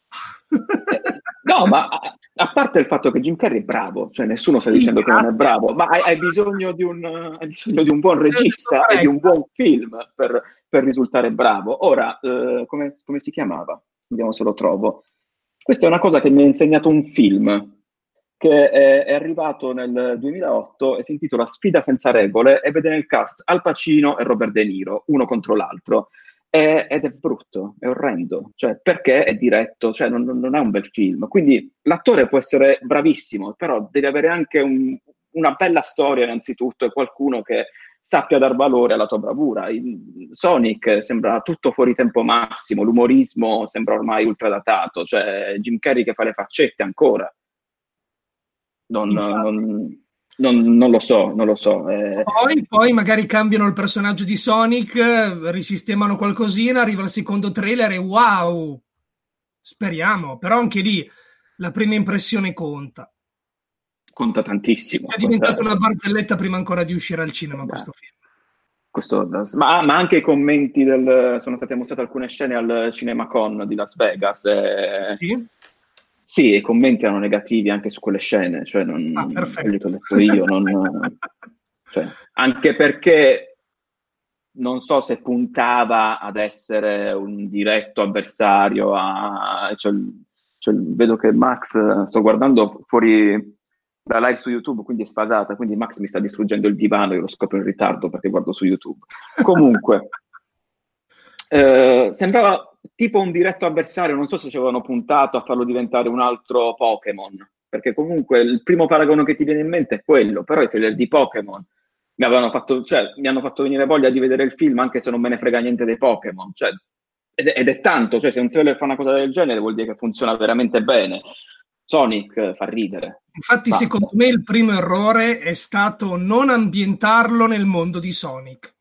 No, ma a parte il fatto che Jim Carrey è bravo, cioè nessuno sta dicendo che non è bravo, ma hai bisogno di un buon regista e di un buon film per risultare bravo. Ora, come si chiamava? Vediamo se lo trovo. Questa è una cosa che mi ha insegnato un film che è arrivato nel 2008 e si intitola Sfida senza regole e vede nel cast Al Pacino e Robert De Niro, uno contro l'altro. Ed è brutto, è orrendo, cioè perché è diretto, cioè non è un bel film. Quindi l'attore può essere bravissimo, però deve avere anche una bella storia innanzitutto e qualcuno che sappia dar valore alla tua bravura. Sonic sembra tutto fuori tempo massimo, l'umorismo sembra ormai ultradatato, cioè Jim Carrey che fa le faccette ancora. Non lo so. Poi magari cambiano il personaggio di Sonic, risistemano qualcosina, arriva il secondo trailer e wow! Speriamo, però anche lì la prima impressione conta. Conta tantissimo. È diventata una barzelletta prima ancora di uscire al cinema questo film. Ma anche i commenti sono state mostrate alcune scene al CinemaCon di Las Vegas. Sì? Sì, i commenti erano negativi anche su quelle scene, cioè quelli che ho detto io, cioè, anche perché non so se puntava ad essere un diretto avversario vedo che Max, sto guardando fuori la live su YouTube, quindi è sfasata, quindi Max mi sta distruggendo il divano, io lo scopro in ritardo perché guardo su YouTube. Comunque, sembrava tipo un diretto avversario, non so se ci avevano puntato a farlo diventare un altro Pokémon, perché comunque il primo paragono che ti viene in mente è quello, però i trailer di Pokémon mi hanno fatto venire voglia di vedere il film, anche se non me ne frega niente dei Pokémon, cioè, ed è tanto, cioè se un trailer fa una cosa del genere vuol dire che funziona veramente bene. Sonic fa ridere. Infatti, Basta. secondo me il primo errore è stato non ambientarlo nel mondo di Sonic.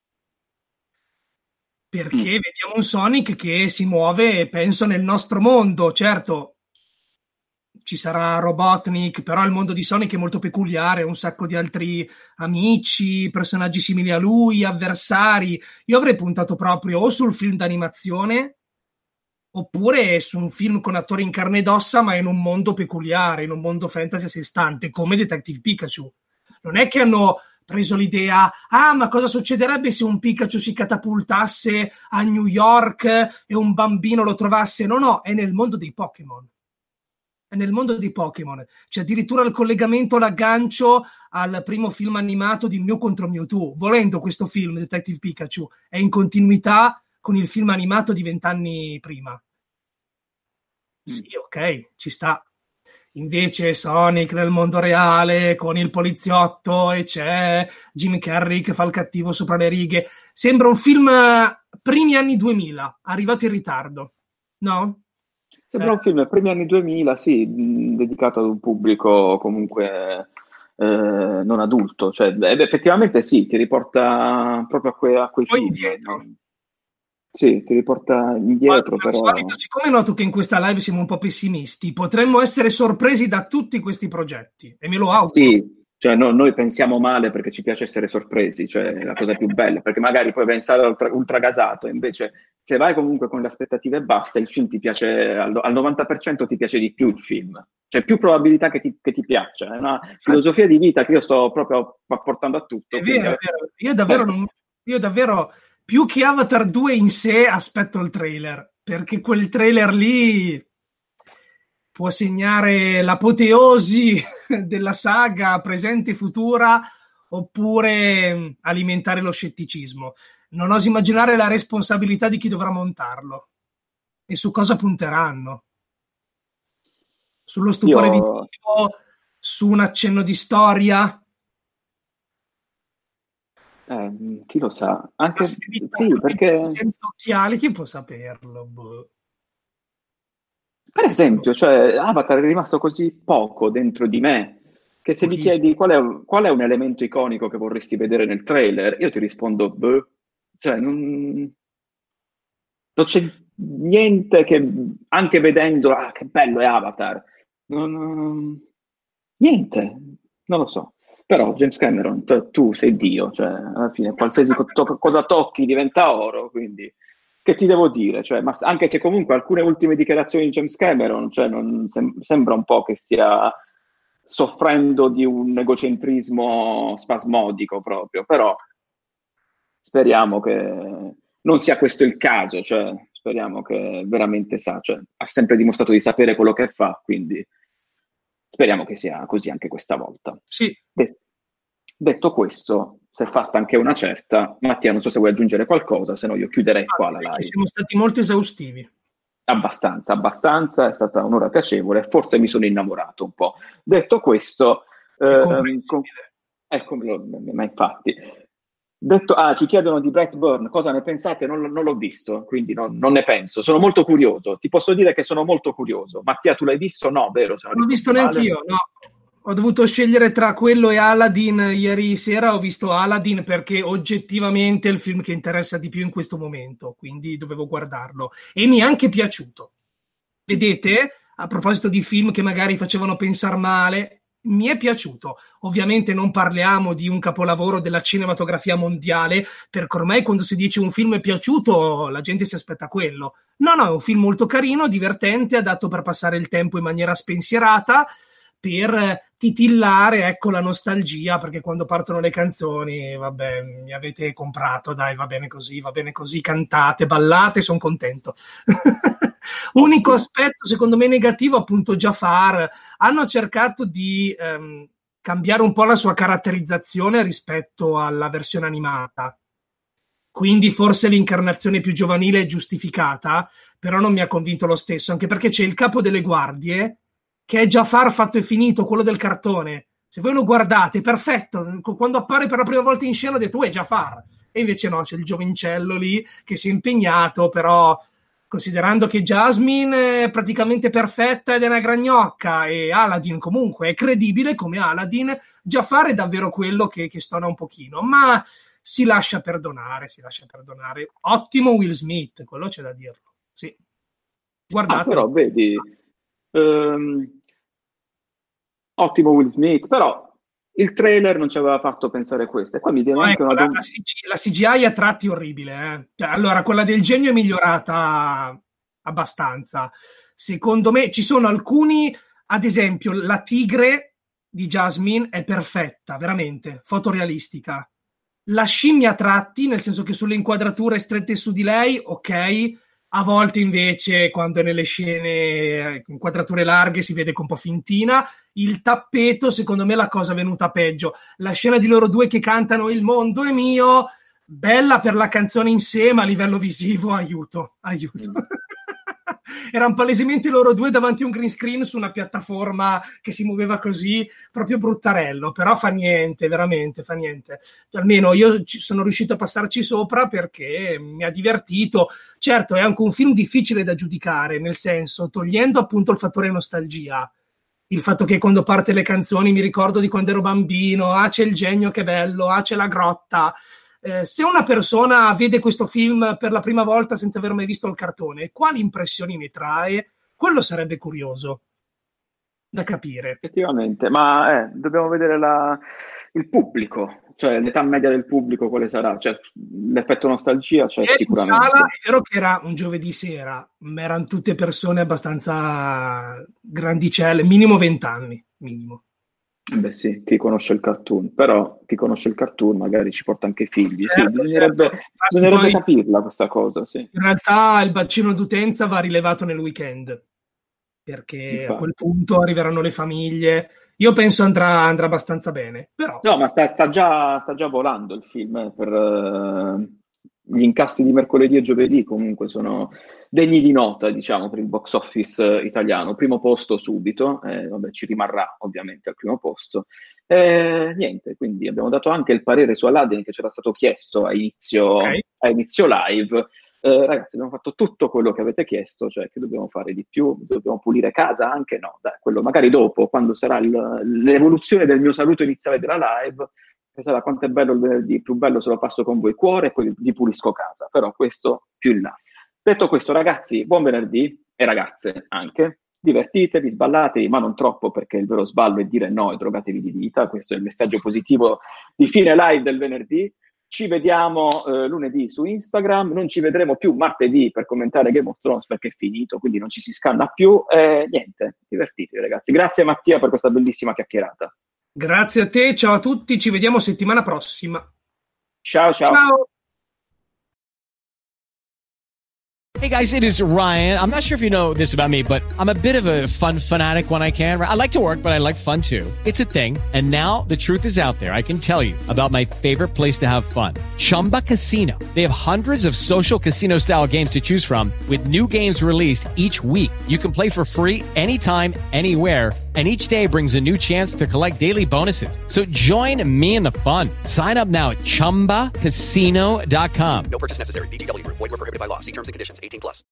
Perché vediamo un Sonic che si muove, penso, nel nostro mondo. Certo, ci sarà Robotnik, però il mondo di Sonic è molto peculiare, un sacco di altri amici, personaggi simili a lui, avversari. Io avrei puntato proprio o sul film d'animazione oppure su un film con attori in carne ed ossa, ma in un mondo peculiare, in un mondo fantasy a sé stante, come Detective Pikachu. Non è che hanno preso l'idea, ma cosa succederebbe se un Pikachu si catapultasse a New York e un bambino lo trovasse? No, è nel mondo dei Pokémon. È nel mondo dei Pokémon. C'è addirittura il collegamento, l'aggancio al primo film animato di Mew contro Mewtwo. Volendo, questo film, Detective Pikachu, è in continuità con il film animato di 20 anni prima. Sì, ok, ci sta. Invece Sonic nel mondo reale con il poliziotto e c'è Jim Carrey che fa il cattivo sopra le righe. Sembra un film primi anni 2000, arrivato in ritardo, no? Sembra un film primi anni 2000, sì, dedicato ad un pubblico comunque non adulto. Cioè, effettivamente sì, ti riporta proprio a quei Poi film. indietro. Sì, ti riporta indietro, però... Solito, siccome noto che in questa live siamo un po' pessimisti, potremmo essere sorpresi da tutti questi progetti e me lo auguro. Sì, cioè noi pensiamo male perché ci piace essere sorpresi, cioè è la cosa più bella, perché magari puoi pensare ultra gasato, invece se vai comunque con le aspettative basse, il film ti piace, al 90% ti piace di più il film, c'è più probabilità che ti piaccia, è una filosofia di vita che io sto proprio portando a tutto. È vero, è vero. Io davvero, più che Avatar 2 in sé, aspetto il trailer, perché quel trailer lì può segnare l'apoteosi della saga presente e futura, oppure alimentare lo scetticismo. Non oso immaginare la responsabilità di chi dovrà montarlo e su cosa punteranno. Sullo stupore visivo, su un accenno di storia. Chi lo sa? Anche sì, perché occhiali, chi può saperlo? Boh. Per esempio, cioè, Avatar è rimasto così poco dentro di me che se mi chiedi qual è un elemento iconico che vorresti vedere nel trailer, io ti rispondo, cioè non c'è niente che, anche vedendo, che bello è Avatar, niente, non lo so. Però James Cameron, tu sei Dio, cioè alla fine qualsiasi cosa tocchi diventa oro, quindi che ti devo dire? Cioè, ma anche se comunque alcune ultime dichiarazioni di James Cameron, cioè, sembra un po' che stia soffrendo di un egocentrismo spasmodico proprio, però speriamo che non sia questo il caso, cioè, speriamo che veramente cioè, ha sempre dimostrato di sapere quello che fa, quindi speriamo che sia così anche questa volta. Sì. Detto questo, si è fatta anche una certa. Mattia, non so se vuoi aggiungere qualcosa, se no io chiuderei qua la live. Siamo stati molto esaustivi. Abbastanza, è stata un'ora piacevole, forse mi sono innamorato un po'. Detto questo, ma infatti, ci chiedono di Brightburn, cosa ne pensate? Non l'ho visto, quindi non ne penso. Sono molto curioso, ti posso dire che sono molto curioso. Mattia, tu l'hai visto? No, vero? Non l'ho visto neanche io, no. Ho dovuto scegliere tra quello e Aladdin. Ieri sera ho visto Aladdin perché oggettivamente è il film che interessa di più in questo momento, quindi dovevo guardarlo. E mi è anche piaciuto. Vedete, a proposito di film che magari facevano pensare male, mi è piaciuto. Ovviamente non parliamo di un capolavoro della cinematografia mondiale, perché ormai quando si dice un film è piaciuto la gente si aspetta quello. No, è un film molto carino, divertente, adatto per passare il tempo in maniera spensierata, per titillare, ecco, la nostalgia, perché quando partono le canzoni, vabbè, mi avete comprato, dai, va bene così, cantate, ballate, sono contento. Unico aspetto secondo me negativo, appunto, Jafar. Hanno cercato di cambiare un po' la sua caratterizzazione rispetto alla versione animata, quindi forse l'incarnazione più giovanile è giustificata, però non mi ha convinto lo stesso, anche perché c'è il capo delle guardie che è Jafar fatto e finito, quello del cartone. Se voi lo guardate, perfetto, quando appare per la prima volta in scena ho detto è Jafar, e invece no, c'è il giovincello lì che si è impegnato, però considerando che Jasmine è praticamente perfetta ed è una gragnocca, e Aladdin comunque è credibile come Aladdin, Jafar è davvero quello che stona un pochino, ma si lascia perdonare. Ottimo Will Smith, quello c'è da dirlo, sì. Guardate. Però vedi, ottimo Will Smith, però il trailer non ci aveva fatto pensare questo, e qua mi viene anche una domanda. La CGI a tratti orribile, Cioè, allora, quella del genio è migliorata abbastanza. Secondo me ci sono alcuni, ad esempio la tigre di Jasmine è perfetta, veramente, fotorealistica. La scimmia a tratti, nel senso che sulle inquadrature strette su di lei, ok, a volte invece quando è nelle scene inquadrature larghe si vede che è un po' fintina. Il tappeto, secondo me, è la cosa venuta peggio. La scena di loro due che cantano Il mondo è mio, bella per la canzone in sé, ma a livello visivo aiuto. Erano palesemente loro due davanti a un green screen su una piattaforma che si muoveva così, proprio bruttarello, però fa niente, veramente fa niente. Almeno io sono riuscito a passarci sopra perché mi ha divertito. Certo, è anche un film difficile da giudicare, nel senso, togliendo appunto il fattore nostalgia, il fatto che quando parte le canzoni mi ricordo di quando ero bambino, c'è il genio che bello, c'è la grotta. Se una persona vede questo film per la prima volta senza aver mai visto il cartone, quali impressioni ne trae? Quello sarebbe curioso da capire. Effettivamente, ma dobbiamo vedere il pubblico, cioè l'età media del pubblico quale sarà, cioè l'effetto nostalgia c'è sicuramente. In sala è vero che era un giovedì sera, ma erano tutte persone abbastanza grandicelle, minimo 20 anni, minimo. Beh sì, chi conosce il cartoon, però chi conosce il cartoon magari ci porta anche i figli, certo, sì, bisognerebbe capirla questa cosa, sì. In realtà il bacino d'utenza va rilevato nel weekend, perché a quel punto arriveranno le famiglie. Io penso andrà abbastanza bene, però... No, ma sta già volando il film, per gli incassi di mercoledì e giovedì comunque sono degni di nota, diciamo, per il box office italiano. Primo posto subito, vabbè, ci rimarrà ovviamente al primo posto. Niente, quindi abbiamo dato anche il parere su Aladdin che c'era stato chiesto a inizio live. Ragazzi, abbiamo fatto tutto quello che avete chiesto, cioè che dobbiamo fare di più, dobbiamo pulire casa anche, no, dai, quello magari dopo, quando sarà l'evoluzione del mio saluto iniziale della live, che sarà quanto è bello il venerdì, più bello se lo passo con voi cuore e poi vi pulisco casa, però questo più in là. Detto questo, ragazzi, buon venerdì, e ragazze anche, divertitevi, sballatevi, ma non troppo, perché il vero sballo è dire no e drogatevi di vita. Questo è il messaggio positivo di fine live del venerdì. Ci vediamo lunedì su Instagram, non ci vedremo più martedì per commentare Game of Thrones perché è finito, quindi non ci si scanna più. Niente, divertitevi ragazzi. Grazie Mattia per questa bellissima chiacchierata. Grazie a te, ciao a tutti, ci vediamo settimana prossima. Ciao. Ciao. Hey guys, it is Ryan. I'm not sure if you know this about me, but I'm a bit of a fun fanatic when I can. I like to work, but I like fun too. It's a thing. And now the truth is out there. I can tell you about my favorite place to have fun. Chumba Casino. They have hundreds of social casino style games to choose from with new games released each week. You can play for free anytime, anywhere. And each day brings a new chance to collect daily bonuses. So join me in the fun. Sign up now at ChumbaCasino.com. No purchase necessary. VGW Group. Void where prohibited by law. See terms and conditions. 18+.